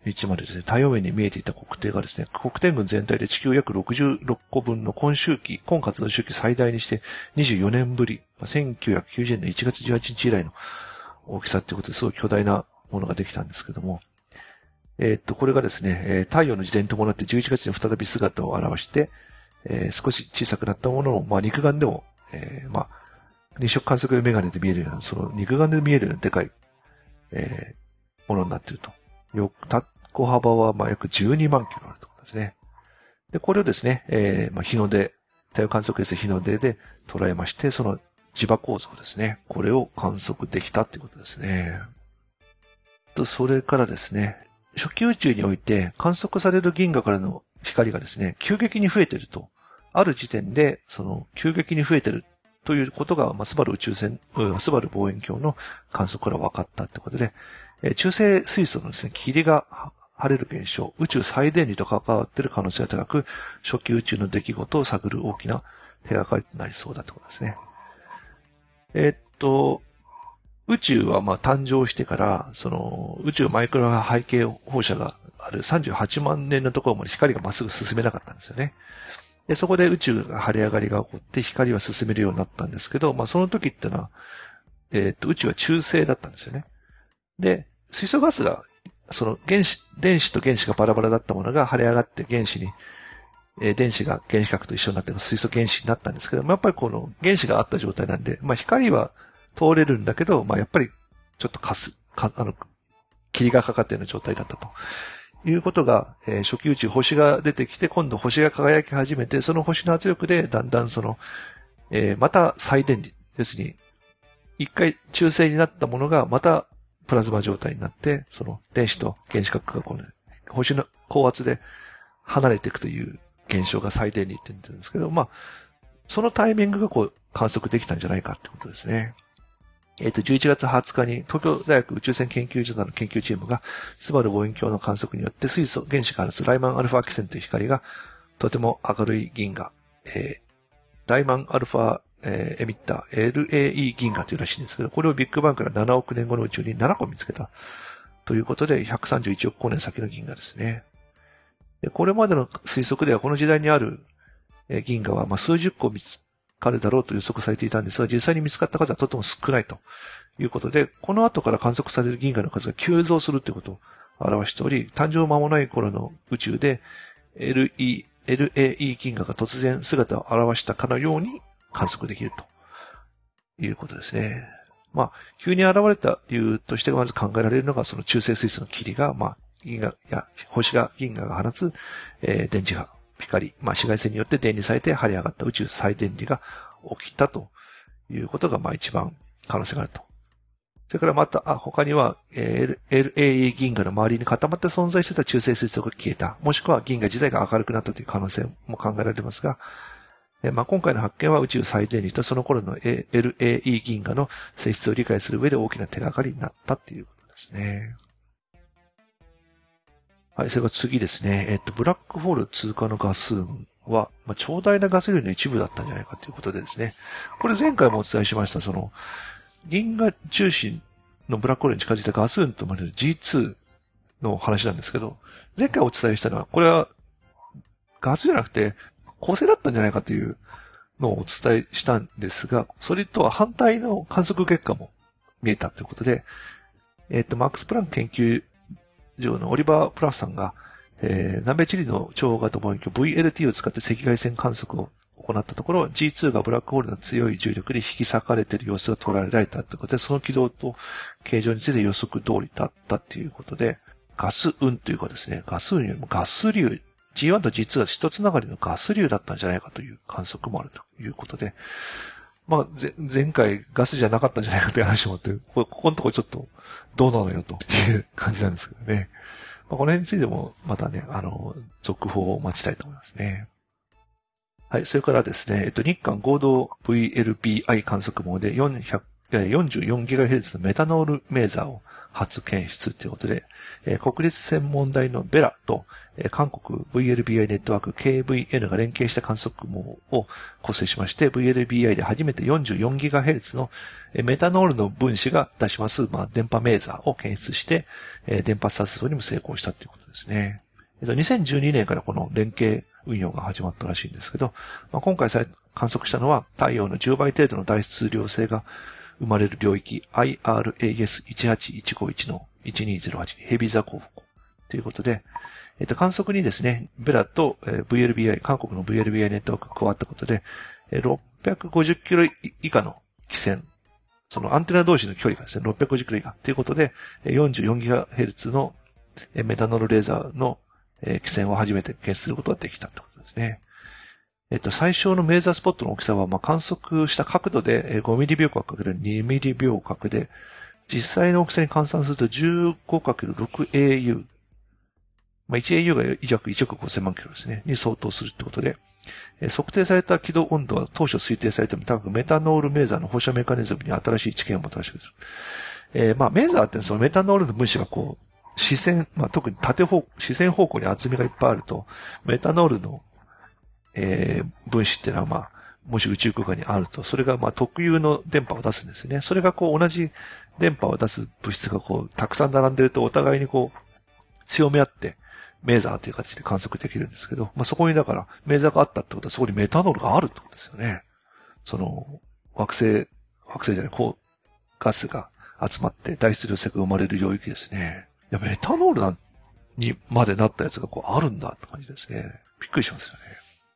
[SPEAKER 1] 日までですね、太陽面に見えていた黒点がですね、黒点群全体で地球約ろくじゅうろっこぶんの今周期、今活動周期最大にしてにじゅうよねんぶり、せんきゅうひゃくきゅうじゅうねんのいちがつじゅうはちにち以来の大きさっていうことですごい巨大なものができたんですけども、えー、っと、これがですね、えー、太陽の自転に伴ってじゅういちがつに再び姿を現して、えー、少し小さくなったものを、まあ、肉眼でも、えー、まあ、日食観測メガネで見えるような、その肉眼で見えるようなでかい、えー、ものになっていると。よ、た、小幅はまあ約じゅうにまんキロあるということですね。で、これをですね、えー、まあ日の出、太陽観測衛星日の出で捉えまして、その磁場構造ですね。これを観測できたということですね。と、それからですね、初期宇宙において観測される銀河からの光がですね、急激に増えていると。ある時点で、その急激に増えているということが、まあ、スバル宇宙船、スバル望遠鏡の観測から分かったということで、えー、中性水素のですね、霧が晴れる現象、宇宙再電離と関わっている可能性が高く、初期宇宙の出来事を探る大きな手がかりとなりそうだということですね。えー、っと、宇宙はまあ誕生してから、その宇宙マイクロ波背景放射があるさんじゅうはちまんねんのところまで光がまっすぐ進めなかったんですよね。で、そこで宇宙が晴れ上がりが起こって光は進めるようになったんですけど、まあその時ってのは、えー、っと、宇宙は中性だったんですよね。で、水素ガスが、その原子、電子と原子がバラバラだったものが晴れ上がって原子に、えー、電子が原子核と一緒になって水素原子になったんですけども、やっぱりこの原子があった状態なんで、まあ光は通れるんだけど、まあやっぱりちょっとかす、か、あの、霧がかかったような状態だったと。いうことが、えー、初期宇宙星が出てきて、今度星が輝き始めて、その星の圧力でだんだんその、えー、また再電離、要するに、一回中性になったものがまたプラズマ状態になって、その電子と原子核がこの星の高圧で離れていくという現象が再電離って言ってるんですけど、まあ、そのタイミングがこう観測できたんじゃないかってことですね。えっと、じゅういちがつはつかに東京大学宇宙船研究所などの研究チームがスバル望遠鏡の観測によって水素原子が放つライマンアルファキセンという光がとても明るい銀河、えー、ライマンアルファえー、エミッター エルエーイー 銀河というらしいんですけど、これをビッグバンからななおくねんごの宇宙にななこ見つけたということで、ひゃくさんじゅういちおくこねん先の銀河ですね。で、これまでの推測ではこの時代にある銀河はまあ数十個見つかるだろうと予測されていたんですが、実際に見つかった数はとても少ないということで、この後から観測される銀河の数が急増するということを表しており、誕生間もない頃の宇宙で エルイー、エルエーイー 銀河が突然姿を現したかのように観測できるということですね。まあ、急に現れた理由としてまず考えられるのが、その中性水素の霧が、まあ、銀河や星が銀河が放つ、えー、電磁波、光、まあ、紫外線によって電離されて張り上がった宇宙再電離が起きたということが、まあ、一番可能性があると。それからまた、あ、他には、えー、エルエーイー 銀河の周りに固まって存在してた中性水素が消えた。もしくは銀河自体が明るくなったという可能性も考えられますが、まあ、今回の発見は宇宙再電離とその頃の エルエーイー 銀河の性質を理解する上で大きな手がかりになったっていうことですね。はい、それから次ですね。えっと、ブラックホール通過のガス運は、まあ、長大なガス量の一部だったんじゃないかということでですね。これ前回もお伝えしました、その、銀河中心のブラックホールに近づいたガス運と呼ばれる ジーツー の話なんですけど、前回お伝えしたのは、これはガスじゃなくて、恒星だったんじゃないかというのをお伝えしたんですが、それとは反対の観測結果も見えたということで、えっと、マックス・プランク研究所のオリバー・プラスさんが、えー、南米チリの超大型望遠鏡 ブイエルティー を使って赤外線観測を行ったところ、ジーツー がブラックホールの強い重力で引き裂かれている様子が捉えられたということで、その軌道と形状について予測通りだったということで、ガス運というかですね、ガス運よりもガス流、ジーワン と ジーツー が一つながりのガス流だったんじゃないかという観測もあるということで、まあ、前回ガスじゃなかったんじゃないかという話もあって、ここのところちょっとどうなのよという感じなんですけどね。まあ、この辺についてもまたね、あの、続報を待ちたいと思いますね。はい、それからですね、えっと、日韓合同 ブイエルビーアイ 観測網でよんひゃくよんじゅうよんギガヘルツ のメタノールメーザーを初検出ということで、えー、国立専門大のベラと、えー、韓国 ブイエルビーアイ ネットワーク ケーブイエヌ が連携した観測網を構成しまして、ブイエルビーアイ で初めて よんじゅうよんギガヘルツ の、えー、メタノールの分子が出します、まあ、電波メーザーを検出して、えー、電波撮動にも成功したということですね。えっと、にせんじゅうにねんからこの連携運用が始まったらしいんですけど、まあ、今回観測したのは太陽のじゅうばい程度の大質量性が生まれる領域 アイアールエーエスいちはちいちごいち のいちにーぜろはちヘビザ候補ということで、えっと、観測にですね、ベラと ブイエルビーアイ、韓国の ブイエルビーアイ ネットワークが加わったことで、ろっぴゃくごじゅっキロ以下の基線、そのアンテナ同士の距離がですね、ろっぴゃくごじゅっキロ以下ということで、よんじゅうよんギガヘルツ のメタノールレーザーの基線を初めて検出することができたということですね。えっと、最小のメーザースポットの大きさは、まあ、観測した角度で ごミリ秒角かけるにミリ秒角で、実際の大きさに換算すると じゅうごかけるろくエーユー、まあ、いちエーユー が約いちおくごせんまんキロですね、に相当するってことで、測定された軌道温度は当初推定されても高く、メタノールメーザーの放射メカニズムに新しい知見をもたらしてくる。えー、まあ、メーザーってそのメタノールの分子がこう、視線、まあ、特に縦方向、視線方向に厚みがいっぱいあると、メタノールのえー、分子っていうのはまあ、もし宇宙空間にあると、それがまあ特有の電波を出すんですね。それがこう同じ電波を出す物質がこう、たくさん並んでるとお互いにこう、強め合って、メーザーという形で観測できるんですけど、まあそこにだから、メーザーがあったってことはそこにメタノールがあるってことですよね。その、惑星、惑星じゃない、こう、ガスが集まって大質量性が生まれる領域ですね。いや、メタノールなんにまでなったやつがこうあるんだって感じですね。びっくりしますよね。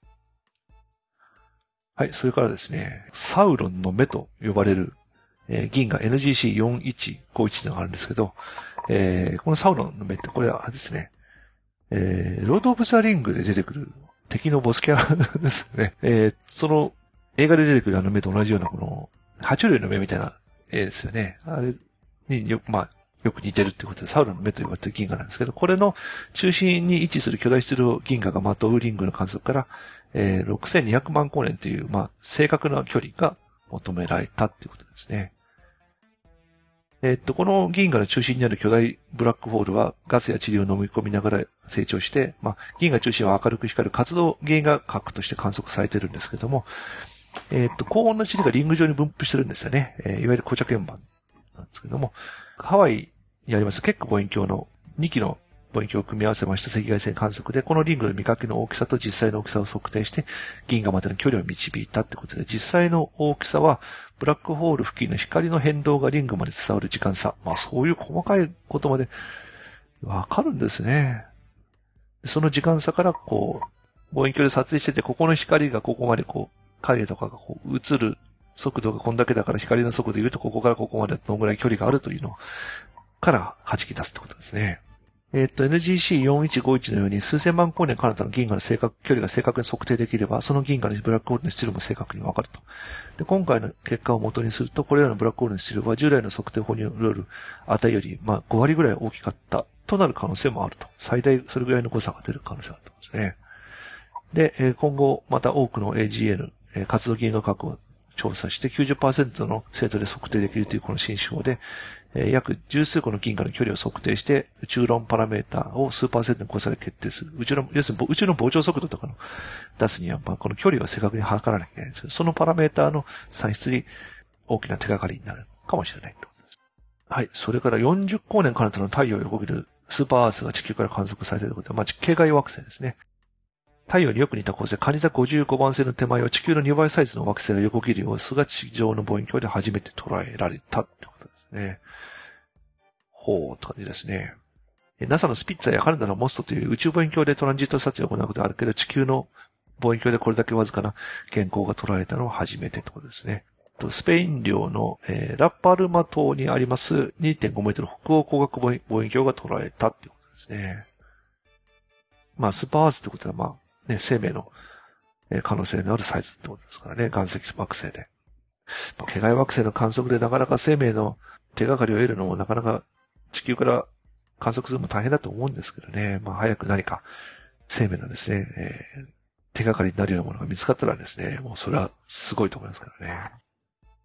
[SPEAKER 1] はい、それからですね、サウロンの目と呼ばれる、えー、銀河 エヌジーシーよんいちごいち というのがあるんですけど、えー、このサウロンの目ってこれはですね、えー、ロード・オブ・ザ・リングで出てくる敵のボスキャラですね。えー、その映画で出てくるあの目と同じようなこの爬虫類の目みたいな絵ですよね。あれによく、まあ、よく似てるってことで、サウロンの目と呼ばれている銀河なんですけど、これの中心に位置する巨大質量銀河がまとうリングの観測から、えー、ろくせんにひゃくまん光年という、まあ、正確な距離が求められたっていうことですね。えー、っと、この銀河の中心にある巨大ブラックホールはガスや塵を飲み込みながら成長して、まあ、銀河中心は明るく光る活動原画核として観測されてるんですけども、えー、っと、高温の塵がリング上に分布してるんですよね。えー、いわゆる固着円盤なんですけども、ハワイにあります結構望遠鏡のにきの望遠鏡を組み合わせました赤外線観測で、このリングの見かけの大きさと実際の大きさを測定して、銀河までの距離を導いたってことで、実際の大きさは、ブラックホール付近の光の変動がリングまで伝わる時間差。まあそういう細かいことまでわかるんですね。その時間差からこう、望遠鏡で撮影してて、ここの光がここまでこう、影とかがこう映る速度がこんだけだから光の速度で言うとここからここまでどのぐらい距離があるというのから弾き出すってことですね。えっと、エヌジーシーよんいちごいち のように数千万光年彼方の銀河の正確、距離が正確に測定できれば、その銀河のブラックホールの質量も正確にわかると。で、今回の結果を元にすると、これらのブラックホールの質量は従来の測定法による値より、まあ、ごわりぐらい大きかったとなる可能性もあると。最大それぐらいの誤差が出る可能性があるとですね。で、今後、また多くの エージーエヌ、活動銀河核を調査して きゅうじゅっパーセント の精度で測定できるというこの新手法で、約十数個の銀河の距離を測定して、宇宙論パラメータを数パーセントの誤差で決定する。宇宙の、要するに宇宙の膨張速度とかの出すには、まあ、この距離を正確に測らなきゃいけないんですけど、そのパラメータの算出に大きな手がかりになるかもしれないと。はい。それからよんじゅう光年彼方の太陽を横切るスーパーアースが地球から観測されていることで、まあ、系外惑星ですね。太陽によく似た構成、カニ座ごじゅうごばん星の手前を地球のにばいサイズの惑星が横切る様子が地上の望遠鏡で初めて捉えられたってことですね。ほうって感じですね。ナサ のスピッツァーやカナダのモストという宇宙望遠鏡でトランジット撮影を行うことがあるけど、地球の望遠鏡でこれだけわずかな原稿が捉えたのは初めてってことですね。スペイン領の、えー、ラパルマ島にあります にてんごメートル北欧光学望遠鏡が捉えたってことですね。まあ、スーパーアースってことはまあ、ね、生命の可能性のあるサイズってことですからね、岩石惑星で。まあ、系外惑星の観測でなかなか生命の手がかりを得るのもなかなか地球から観測するのも大変だと思うんですけどね。まあ早く何か生命のですね、えー、手がかりになるようなものが見つかったらですね、もうそれはすごいと思いますからね。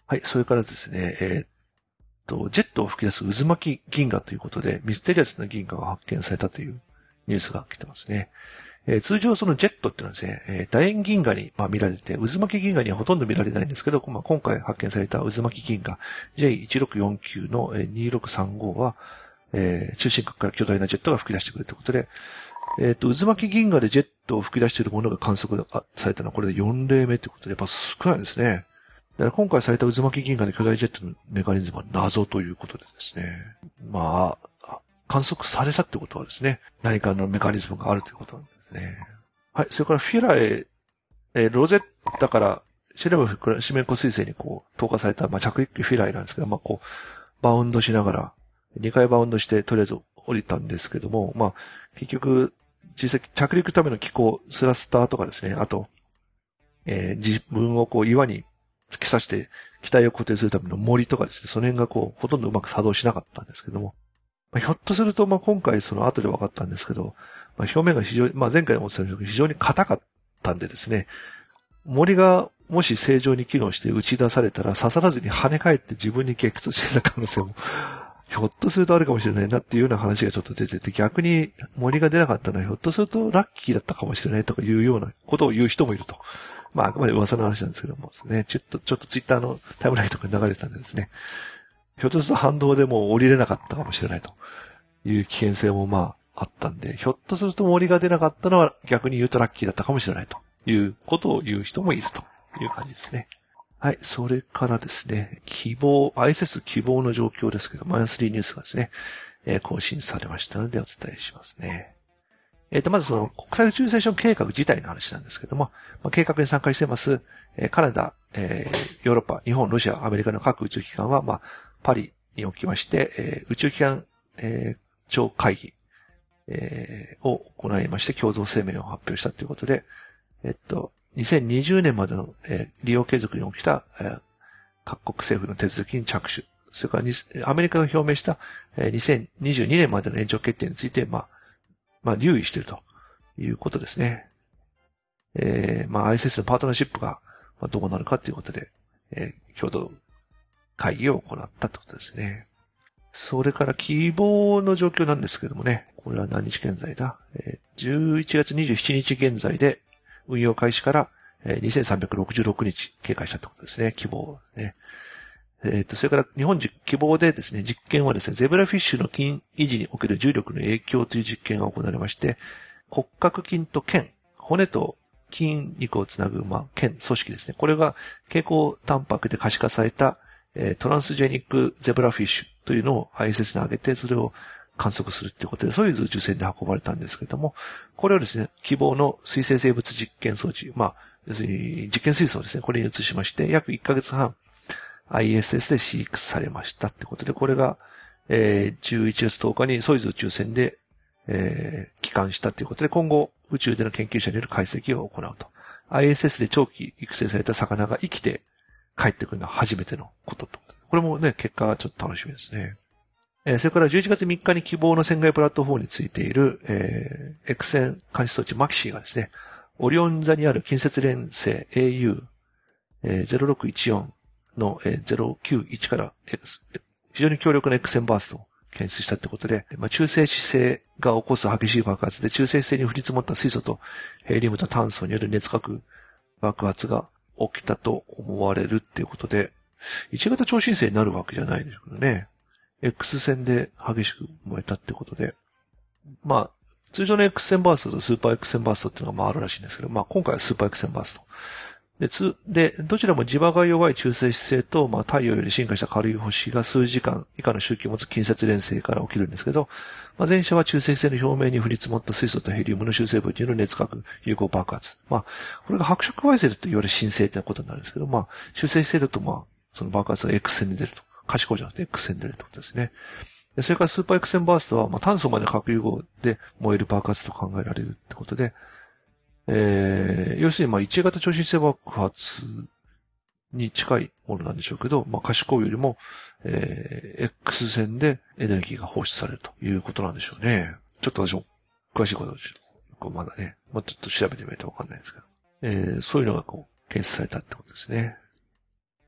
[SPEAKER 1] はい、それからですね、えーっと、ジェットを吹き出す渦巻き銀河ということで、ミステリアスな銀河が発見されたというニュースが来てますね。えー、通常そのジェットっていうのはですね、えー、楕円銀河に、まあ、見られて、渦巻き銀河にはほとんど見られないんですけど、まあ、今回発見された渦巻き銀河 ジェイいちろくよんきゅう のにろくさんごは、えー、中心核から巨大なジェットが吹き出してくるということで、えっと、渦巻き銀河でジェットを吹き出しているものが観測されたのはこれでよん例目ということで、やっぱ少ないですね。だから今回された渦巻き銀河で巨大ジェットのメカニズムは謎ということでですね。まあ、観測されたってことはですね、何かのメカニズムがあるということなんですね。はい。それからフィラエ、えー、ロゼッタからシェレムフ四面湖彗星にこう投下された、まあ、着陸機フィラエなんですけど、まあ、こう、バウンドしながら、にかいバウンドしてとりあえず降りたんですけども、まあ、結局、実際着陸ための機構、スラスターとかですね、あと、えー、自分をこう岩に突き刺して機体を固定するための森とかですね、その辺がこう、ほとんどうまく作動しなかったんですけども、まあ、ひょっとすると、まあ、今回その後で分かったんですけど、まあ、表面が非常に、まあ、前回もお伝えしたように非常に硬かったんでですね、森がもし正常に機能して打ち出されたら刺さらずに跳ね返って自分に激突してた可能性もひょっとするとあるかもしれないなっていうような話がちょっと出てて、逆に森が出なかったのはひょっとするとラッキーだったかもしれないとかいうようなことを言う人もいると。まああくまで噂の話なんですけどもですね、ちょっと、ちょっとツイッターのタイムラインとかに流れてたんでですね、ひょっとすると反動でもう降りれなかったかもしれないという危険性もまああったんで、ひょっとすると森が出なかったのは逆に言うとラッキーだったかもしれないということを言う人もいるという感じですね。はい。それからですね、希望、アイエスエス 希望の状況ですけど、マンスリーニュースがですね、えー、更新されましたのでお伝えしますね。えっ、ー、と、まずその国際宇宙ステーション計画自体の話なんですけども、まあ、計画に参加してます、えー、カナダ、えー、ヨーロッパ、日本、ロシア、アメリカの各宇宙機関は、まあ、パリにおきまして、えー、宇宙機関、えー、超会議、えー、を行いまして、共同声明を発表したということで、えっと、にせんにじゅうねんまでの、えー、利用継続に起きた、えー、各国政府の手続きに着手。それからに、アメリカが表明した、えー、にせんにじゅうにねんまでの延長決定について、まあ、まあ、留意しているということですね。えー、まあ、アイエスエス のパートナーシップがどうなるかということで、えー、共同会議を行ったということですね。それから希望の状況なんですけどもね、これは何日現在だ、えー、じゅういちがつにじゅうしちにち現在で運用開始からにせんさんびゃくろくじゅうろくにち経過したということですね、希望ね。えっと、それから日本希望でですね、実験はですね、ゼブラフィッシュの筋維持における重力の影響という実験が行われまして、骨格筋と腱、骨と筋肉をつなぐ、まあ、腱、組織ですね。これが蛍光タンパクで可視化された、えー、トランスジェニックゼブラフィッシュというのを アイエスエス に上げて、それを観測するということで、そういう宇宙船で運ばれたんですけれども、これをですね、希望の水生生物実験装置、まあ、要するに実験水槽ですね、これに移しまして、約いっかげつはん アイエスエス で飼育されましたってことで、これが、えー、じゅういちがつとおかにソユーズ宇宙船で、えー、帰還したということで、今後宇宙での研究者による解析を行うと。アイエスエス で長期育成された魚が生きて帰ってくるのは初めてのことと。これもね、結果がちょっと楽しみですね。えー、それからじゅういちがつみっかに希望の船外プラットフォームについている、えー、X 線監視装置マキシーがですね、オリオン座にある近接連星 エーユー、えー、ゼロろくいちよんの、えー、ゼロきゅういちから、X、非常に強力な X 線バーストを検出したってことで、まあ、中性子星が起こす激しい爆発で中性子星に降り積もった水素とヘリウムと炭素による熱核爆発が起きたと思われるっていうことで、いち型超新星になるわけじゃないですけどね。X 線で激しく燃えたってことで、まあ、通常の X 線バーストとスーパー X 線バーストっていうのがまああるらしいんですけど、まあ今回はスーパー X 線バースト。で、つ、で、どちらも磁場が弱い中性子星と、まあ太陽より進化した軽い星が数時間以下の周期を持つ近接連星から起きるんですけど、まあ前者は中性子星の表面に降り積もった水素とヘリウムの集成部による熱核有効爆発。まあ、これが白色矮星だと言われる新星ってことになるんですけど、まあ、中性子星だとまあ、その爆発が X 線に出ると。可視光じゃなくて X 線に出るってことですね。でそれからスーパー X 線バーストは、まあ、炭素まで核融合で燃える爆発と考えられるってことで、えー、要するにまあいち型超新星爆発に近いものなんでしょうけど、まあ可視光よりも、えー、X 線でエネルギーが放出されるということなんでしょうね。ちょっと私も詳しいことをまだね、まあ、ちょっと調べてみないとわかんないですけど、えー、そういうのがこう検出されたってことですね。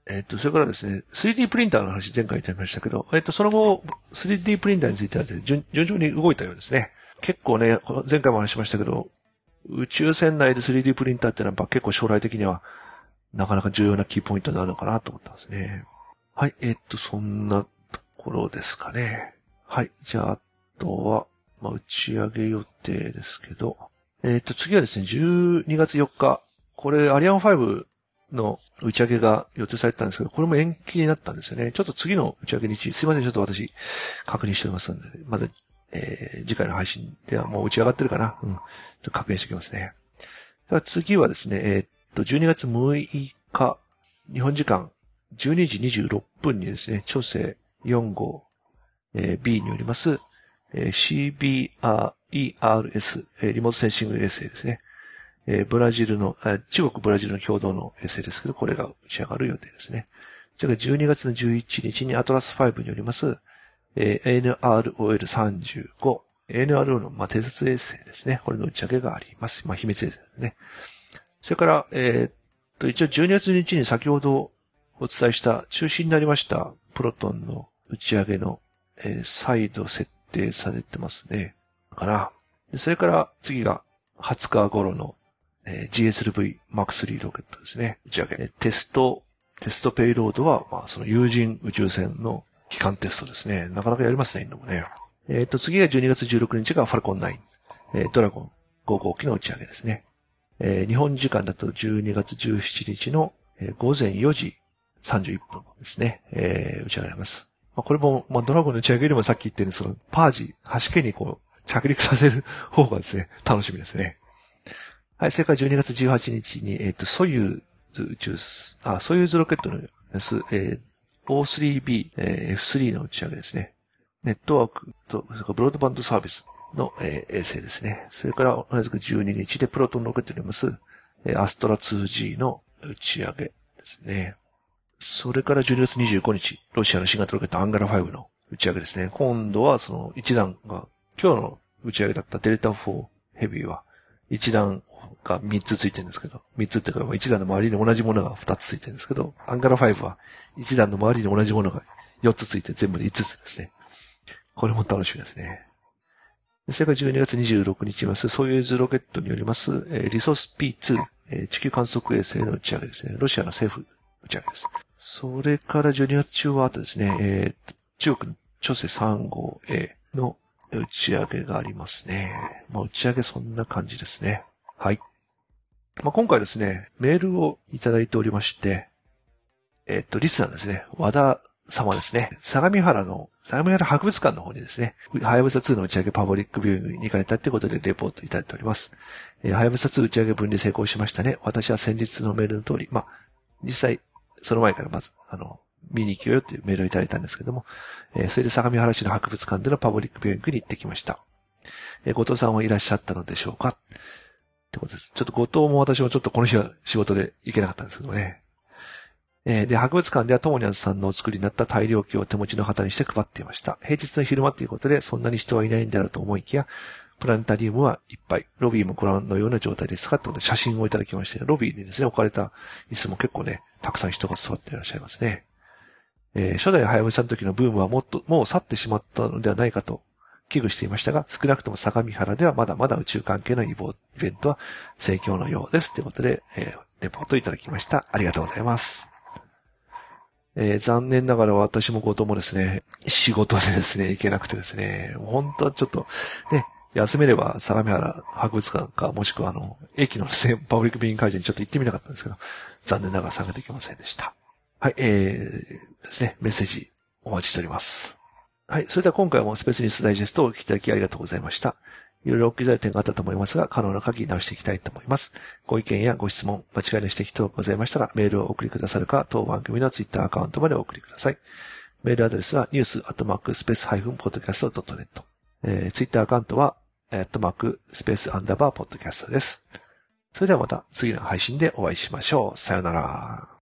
[SPEAKER 1] えっと、それからですね、スリーディー プリンターの話前回言ってましたけど、えっと、その後、スリーディー プリンターについては順順調に動いたようですね。結構ね、前回も話しましたけど、宇宙船内で スリーディー プリンターってのはやっぱ結構将来的にはなかなか重要なキーポイントになるのかなと思ったんですね。はい、えっと、そんなところですかね。はい、じゃあ、あとは、まあ、打ち上げ予定ですけど、えっと、次はですね、じゅうにがつよっか、これ、アリアンファイブの打ち上げが予定されてたんですけど、これも延期になったんですよね。ちょっと次の打ち上げ日、すいません、ちょっと私、確認しておりますので、まだ、えー、次回の配信ではもう打ち上がってるかな。うん。ちょっと確認しておきますね。では次はですね、えー、っと、じゅうにがつむいか、日本時間じゅうにじにじゅうろっぷんにですね、長征よん号、えー、B によります、えー、シービーイーアールエス、えー、リモートセンシング衛星ですね。えー、ブラジルの、中国ブラジルの共同の衛星ですけど、これが打ち上がる予定ですね。それからじゅうにがつのじゅういちにちにアトラスファイブによります、えー、エヌアールオーエルさんじゅうご、エヌアールオー の、まあ、偵察衛星ですね。これの打ち上げがあります。まあ、秘密衛星ですね。それから、えー、っと、一応じゅうにがつじゅうににちに先ほどお伝えした中止になりましたプロトンの打ち上げの、えー、再度設定されてますね。かな。それから次がはつか頃のえー、ジーエスエルブイ マークスリー ロケットですね。打ち上げ。テスト、テストペイロードは、まあ、その有人宇宙船の機関テストですね。なかなかやりますね、インドもね。えっと、次がじゅうにがつじゅうろくにちがファルコンナイン、えー、ドラゴンご号機の打ち上げですね。えー、日本時間だとじゅうにがつじゅうしちにちの、えー、ごぜんよじさんじゅういっぷんですね。えー、打ち上げられます。まあ、これも、まあ、ドラゴンの打ち上げよりもさっき言ったように、その、パージ、端家にこう、着陸させる方がですね、楽しみですね。はい、それからじゅうにがつじゅうはちにちに、えっと、ソユーズ宇宙、あ、ソユーズロケットのやつ、えー、オースリービー、えー、エフスリー の打ち上げですね。ネットワークと、それからブロードバンドサービスの、えー、衛星ですね。それから同じくじゅうににちでプロトンロケットによります、えー、アストラ ツージー の打ち上げですね。それからじゅうにがつにじゅうごにち、ロシアの新型ロケットアンガラファイブの打ち上げですね。今度はその一段が、今日の打ち上げだったデルタフォーヘビーは、一段がみっつついてるんですけど、みっつっていうか一段の周りに同じものがふたつついてるんですけど、アンガラファイブは一段の周りに同じものがよっつついて全部でいつつですね。これも楽しみですね。それからじゅうにがつにじゅうろくにちはソユーズロケットによります、えー、リソース ピーツー、えー、地球観測衛星の打ち上げですね。ロシアの政府打ち上げです。それからじゅうにがつ中はあとですね、えー、中国の長征さん号 A の打ち上げがありますね。まあ、打ち上げそんな感じですね。はい。まあ、今回ですね、メールをいただいておりまして、えっと、リスナーですね、和田様ですね、相模原の、相模原博物館の方にですね、はやぶさツーの打ち上げパブリックビューイングに行かれたってことでレポートいただいております。えー、はやぶさツー打ち上げ分離成功しましたね。私は先日のメールの通り、まあ、実際、その前からまず、あの、見に行きようっていうメールをいただいたんですけども、えー、それで相模原市の博物館でのパブリックビューイングに行ってきました。えー、後藤さんはいらっしゃったのでしょうかってことです。ちょっと後藤も私もちょっとこの日は仕事で行けなかったんですけどもね。えー、で、博物館ではトモニャンスさんのお作りになった大量機を手持ちの旗にして配っていました。平日の昼間ということでそんなに人はいないんだろうと思いきや、プラネタリウムはいっぱい。ロビーもご覧のような状態ですかってことで写真をいただきまして、ロビーにですね、置かれた椅子も結構ね、たくさん人が座っていらっしゃいますね。えー、初代ハヤブサの時のブームはもっと、もう去ってしまったのではないかと危惧していましたが、少なくとも相模原ではまだまだ宇宙関係のイベントは盛況のようです。ということで、えー、レポートいただきました。ありがとうございます。えー、残念ながら私も後藤もですね、仕事でですね、行けなくてですね、本当はちょっと、ね、休めれば相模原博物館か、もしくはあの、駅のですね、パブリックビューイング会場にちょっと行ってみたかったんですけど、残念ながら参加できませんでした。はい、えー、ですね、メッセージお待ちしております。はい、それでは今回もスペースニュースダイジェストをお聞きいただきありがとうございました。いろいろお気づいた点があったと思いますが、可能な限り直していきたいと思います。ご意見やご質問、間違いの指摘等ございましたら、メールをお送りくださるか、当番組のツイッターアカウントまでお送りください。メールアドレスは、ニュースアットマークスペースハイフンポッドキャストドットネット。えー、ツイッターアカウントは、アットマークスペースアンダーバーポッドキャストです。それではまた次の配信でお会いしましょう。さよなら。